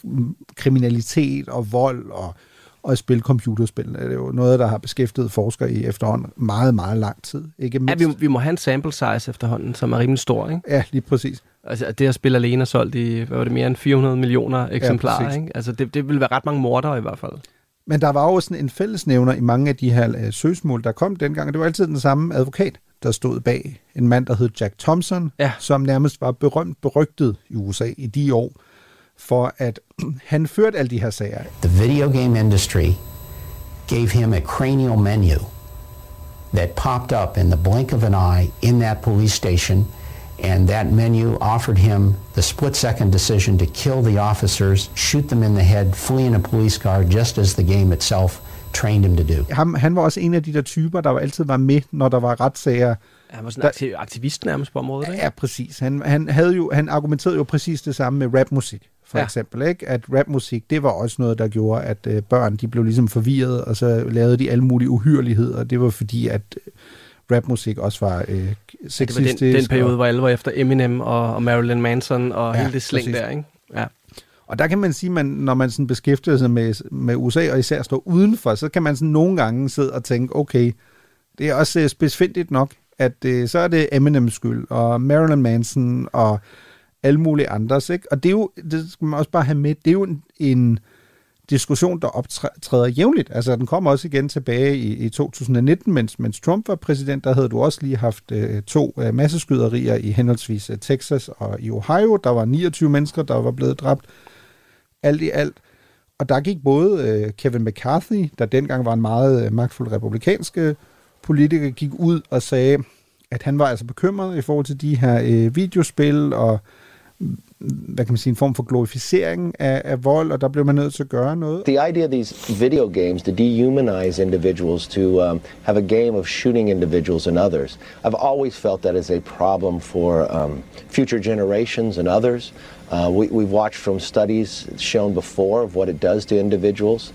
kriminalitet og vold og at spille computerspil. Det er jo noget, der har beskæftiget forskere i efterhånden meget, meget lang tid. Ikke mindst. Ja, vi må have en sample size efterhånden, som er rimelig stor, ikke? Ja, lige præcis. Altså, det at spille alene er solgt i, hvad var det, mere end 400 millioner eksemplarer, ja, ikke? Altså, det vil være ret mange mordere i hvert fald. Men der var jo sådan en fællesnævner i mange af de her søgsmål, der kom dengang, og det var altid den samme advokat, der stod bag. En mand, der hed Jack Thompson, som nærmest var berygtet i USA i de år, for at han førte alle de her sager. The video game industry gave him a cranial menu that popped up in the blink of an eye in that police station, and that menu offered him the split-second decision to kill the officers, shoot them in the head, flee in a police car, just as the game itself trained him to do. Han var også en af de der typer, der altid var med, når der var retssager. Han var sådan en aktivist nærmest på området, ikke? Ja, præcis. Han argumenterede jo præcis det samme med rapmusik, for eksempel, ikke? At rapmusik, det var også noget, der gjorde, at børn, de blev ligesom forvirret, og så lavede de alle mulige uhyreligheder. Det var fordi, at rapmusik også var sexistisk. Det var den periode, hvor alle var efter Eminem og Marilyn Manson og hele det slæng der, ikke? Ja. Og der kan man sige, at når man sådan beskæftiger sig med USA, og især står udenfor, så kan man sådan nogle gange sidde og tænke, okay, det er også specifikt nok, at så er det Eminems skyld, og Marilyn Manson, og alle mulige andres, ikke? Og det er jo, det skal man også bare have med, det er jo en diskussion, der optræder jævnligt. Altså, den kom også igen tilbage i 2019, mens Trump var præsident, der havde du også lige haft 2 masseskyderier i henholdsvis Texas og i Ohio. Der var 29 mennesker, der var blevet dræbt. Alt i alt. Og der gik både Kevin McCarthy, der dengang var en meget magtfuld republikansk politiker, gik ud og sagde, at han var altså bekymret i forhold til de her videospil og hvad kan man sige, en form for glorificering af vold, og der blev man nødt til at gøre noget. The idea of these video games to dehumanize individuals, to have a game of shooting individuals and others, I've always felt that is a problem for future generations and others. We've watched from studies shown before of what it does to individuals.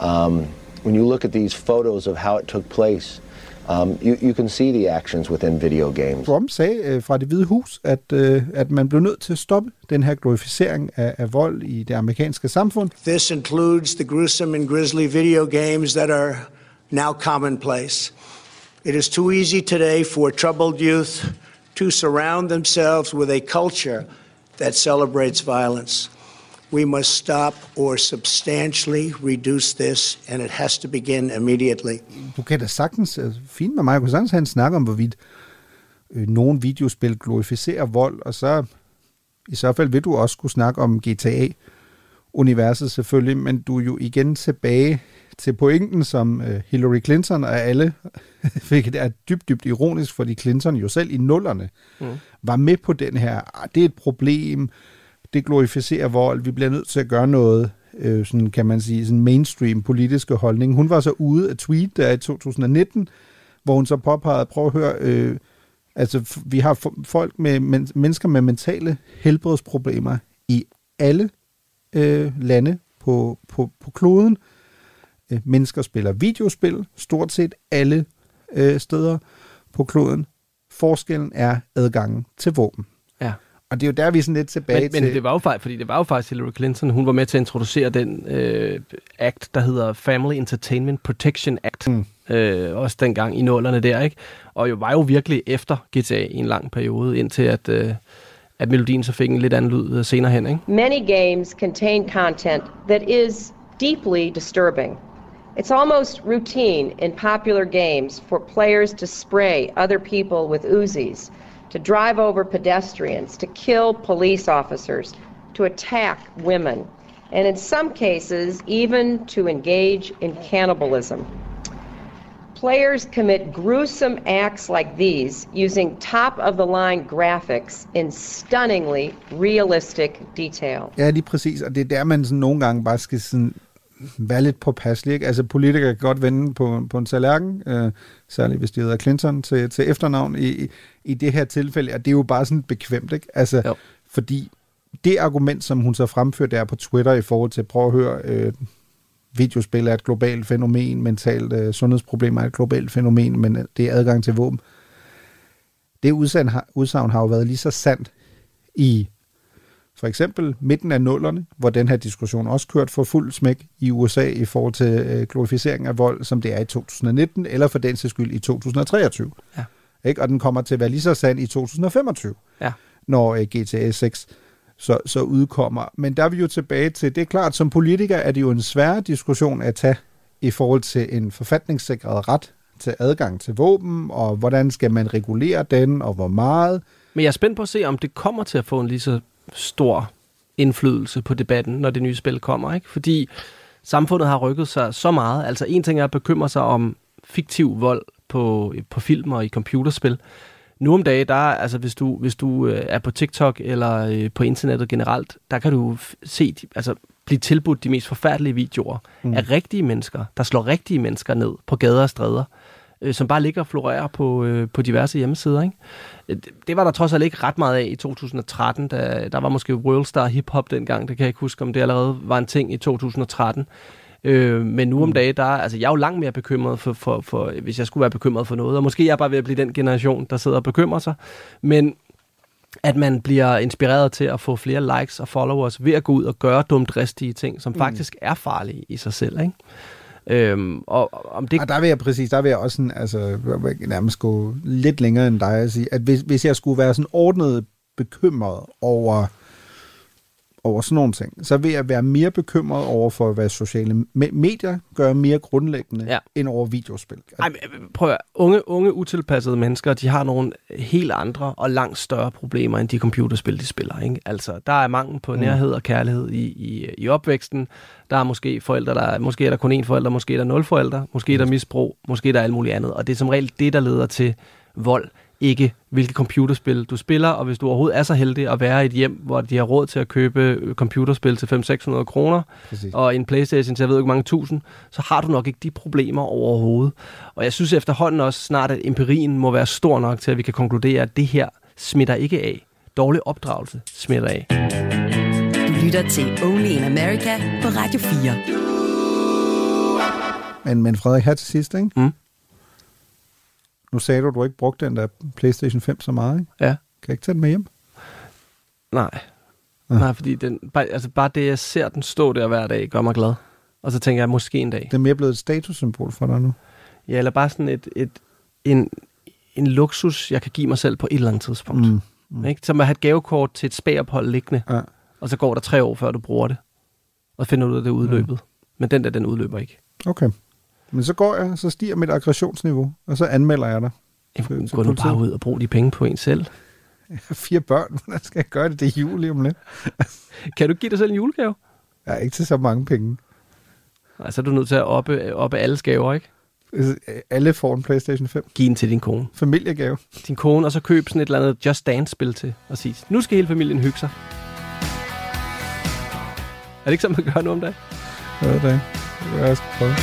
When you look at these photos of how it took place, you can see the actions within video games. Trump sagde fra Det Hvide Hus, at man blev nødt til at stoppe den her glorificering af vold i det amerikanske samfund. This includes the gruesome and grisly video games that are now commonplace. It is too easy today for troubled youth to surround themselves with a culture that celebrates violence. We must stop or substantially reduce this, and it has to begin immediately. Du kan da sagtens, fint med mig, jeg kunne sagtens have en snak om, hvorvidt nogle videospil glorificerer vold, og så i så fald vil du også kunne snakke om GTA-universet selvfølgelig, men du er jo igen tilbage til pointen, som Hillary Clinton og alle fik, det er dybt ironisk, fordi Clinton jo selv i nullerne var med på den her, det er et problem, det glorificerer vold, vi bliver nødt til at gøre noget, sådan kan man sige, sådan mainstream politiske holdning. Hun var så ude at tweet der i 2019, hvor hun så påpegede, prøv at høre, altså vi har folk med mennesker med mentale helbredsproblemer i alle lande på kloden. Mennesker spiller videospil stort set alle steder på kloden. Forskellen er adgangen til våben. Ja. Og det er jo der, vi er sådan lidt tilbage til... Men det var jo faktisk Hillary Clinton, hun var med til at introducere den act, der hedder Family Entertainment Protection Act. Også dengang i nullerne der, ikke? Og jo var jo virkelig efter GTA i en lang periode, indtil at melodien så fik en lidt anden lyd senere hen, ikke? Many games contain content that is deeply disturbing. It's almost routine in popular games for players to spray other people with Uzis, to drive over pedestrians, to kill police officers, to attack women, and in some cases even to engage in cannibalism. Players commit gruesome acts like these using top-of-the-line graphics in stunningly realistic detail. Ja, lige præcis, og det er der, man sådan nogle gange bare skal sådan være lidt påpasselig, ikke? Altså politikere kan godt vende på en tallerken, særligt hvis de hedder Clinton til efternavn i det her tilfælde, og det er jo bare sådan bekvemt, ikke? Altså, fordi det argument, som hun så fremførte der på Twitter i forhold til, prøv at høre, videospil er et globalt fænomen, mentalt sundhedsproblemer er et globalt fænomen, men det er adgang til våben. Det udsagn har jo været lige så sandt i for eksempel midten af nullerne, hvor den her diskussion også kørt for fuld smæk i USA i forhold til glorificering af vold, som det er i 2019, eller for den sags skyld i 2023. Ja. Ikke? Og den kommer til at være lige så sand i 2025, når GTA 6 så udkommer. Men der er vi jo tilbage til, det er klart, som politiker er det jo en svær diskussion at tage i forhold til en forfatningssikret ret til adgang til våben, og hvordan skal man regulere den, og hvor meget. Men jeg er spændt på at se, om det kommer til at få en lige så stor indflydelse på debatten, når det nye spil kommer, ikke? Fordi samfundet har rykket sig så meget. Altså en ting er at bekymre sig om fiktiv vold på film og i computerspil. Nu om dagen, altså hvis du er på TikTok eller på internettet generelt, der kan du se, altså blive tilbudt de mest forfærdelige videoer af rigtige mennesker, der slår rigtige mennesker ned på gader og stræder, som bare ligger og florerer på diverse hjemmesider, ikke? Det var der trods alt ikke ret meget af i 2013. Der var måske Worldstar Hip Hop dengang, det kan jeg ikke huske, om det allerede var en ting i 2013. Men nu om dagen, altså jeg er jo langt mere bekymret for hvis jeg skulle være bekymret for noget, og måske jeg er bare ved at blive den generation, der sidder og bekymrer sig, men at man bliver inspireret til at få flere likes og followers ved at gå ud og gøre dumdristige ting, som faktisk er farlige i sig selv, ikke? Og om det... Og der vil jeg også sådan, altså, nærmest gå lidt længere end dig at sige, at hvis jeg skulle være sådan ordnet bekymret over sådan nogle ting, så vil jeg være mere bekymret over for, hvad sociale medier gør mere grundlæggende end over videospil. Ej, prøv at unge utilpassede mennesker, de har nogle helt andre og langt større problemer, end de computerspil, de spiller, ikke? Altså, der er mangel på nærhed og kærlighed i opvæksten. Der er måske forældre, måske er der kun én forælder, måske er der 0 forældre, måske er der misbrug, måske er der alt muligt andet. Og det er som regel det, der leder til vold. Ikke hvilket computerspil du spiller, og hvis du overhovedet er så heldig at være i et hjem, hvor de har råd til at købe computerspil til 500-600 kroner, og en PlayStation til jeg ved ikke mange tusind, så har du nok ikke de problemer overhovedet. Og jeg synes efterhånden også snart, at empirien må være stor nok til, at vi kan konkludere, at det her smitter ikke af. Dårlig opdragelse smitter af. Du lytter til Only in America på Radio 4. Men Frederik, her til sidst, ikke? Nu sagde du ikke brugte den der PlayStation 5 så meget, ikke? Ja. Kan jeg ikke tage den med hjem? Nej, fordi bare det, jeg ser den stå der hver dag, gør mig glad. Og så tænker jeg, måske en dag. Det er mere blevet et statussymbol for dig nu. Ja, eller bare sådan en luksus, jeg kan give mig selv på et eller andet tidspunkt. Ikke? Som at have et gavekort til et spagophold liggende, og så går der 3 år, før du bruger det. Og finder ud af det udløbet. Men den udløber ikke. Okay. Men så går jeg, så stiger mit aggressionsniveau, og så anmelder jeg dig. Gå nu bare ud og brug de penge på en selv. Jeg har 4 børn, hvordan skal jeg gøre det? Det er jul lige om lidt. Kan du give dig selv en julegave? Ja, ikke til så mange penge. Altså, er du nødt til at oppe alles gaver, ikke? Alle får en PlayStation 5. Giv den til din kone. Familiegave. Din kone, og så køb sådan et eller andet Just Dance-spil til og sige, nu skal hele familien hygge sig. Er det ikke sådan, man gør nu om dagen? Jeg ved det ikke. Jeg skal prøve.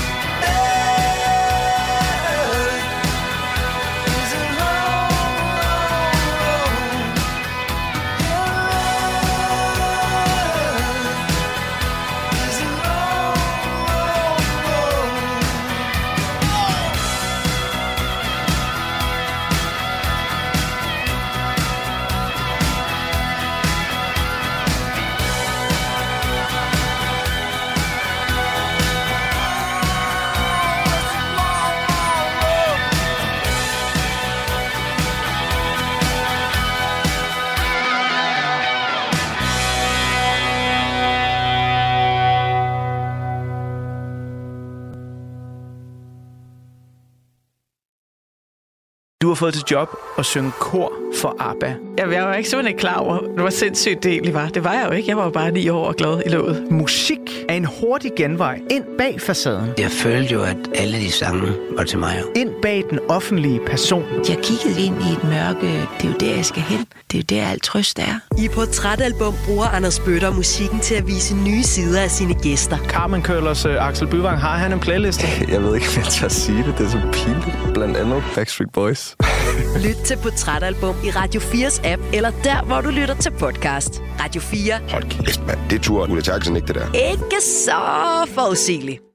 Du har fået til job at synge kor for ABBA. Jeg var ikke simpelthen klar over, hvor sindssygt det egentlig var. Det var jeg jo ikke. Jeg var jo bare 9 år og glad i låget. Musik er en hurtig genvej ind bag facaden. Jeg følte jo, at alle de sange var til mig. Ind bag den offentlige person. Jeg kiggede ind i et mørke. Det er jo der, jeg skal hen. Det er jo der, alt trøst er. I Portrætalbum bruger Anders Bøtter musikken til at vise nye sider af sine gæster. Carmen Køllers Axel Byvang, har han en playliste? Jeg ved ikke, hvad jeg tør sige det. Det er så pinligt. Blandt andet Backstreet Boys. Lyt til Portrætalbum i Radio 4's app, eller der, hvor du lytter til podcast. Radio 4. Hold kæft, mand. Det turde Ulla Terkelsen ikke, det der. Ikke så forudsigeligt.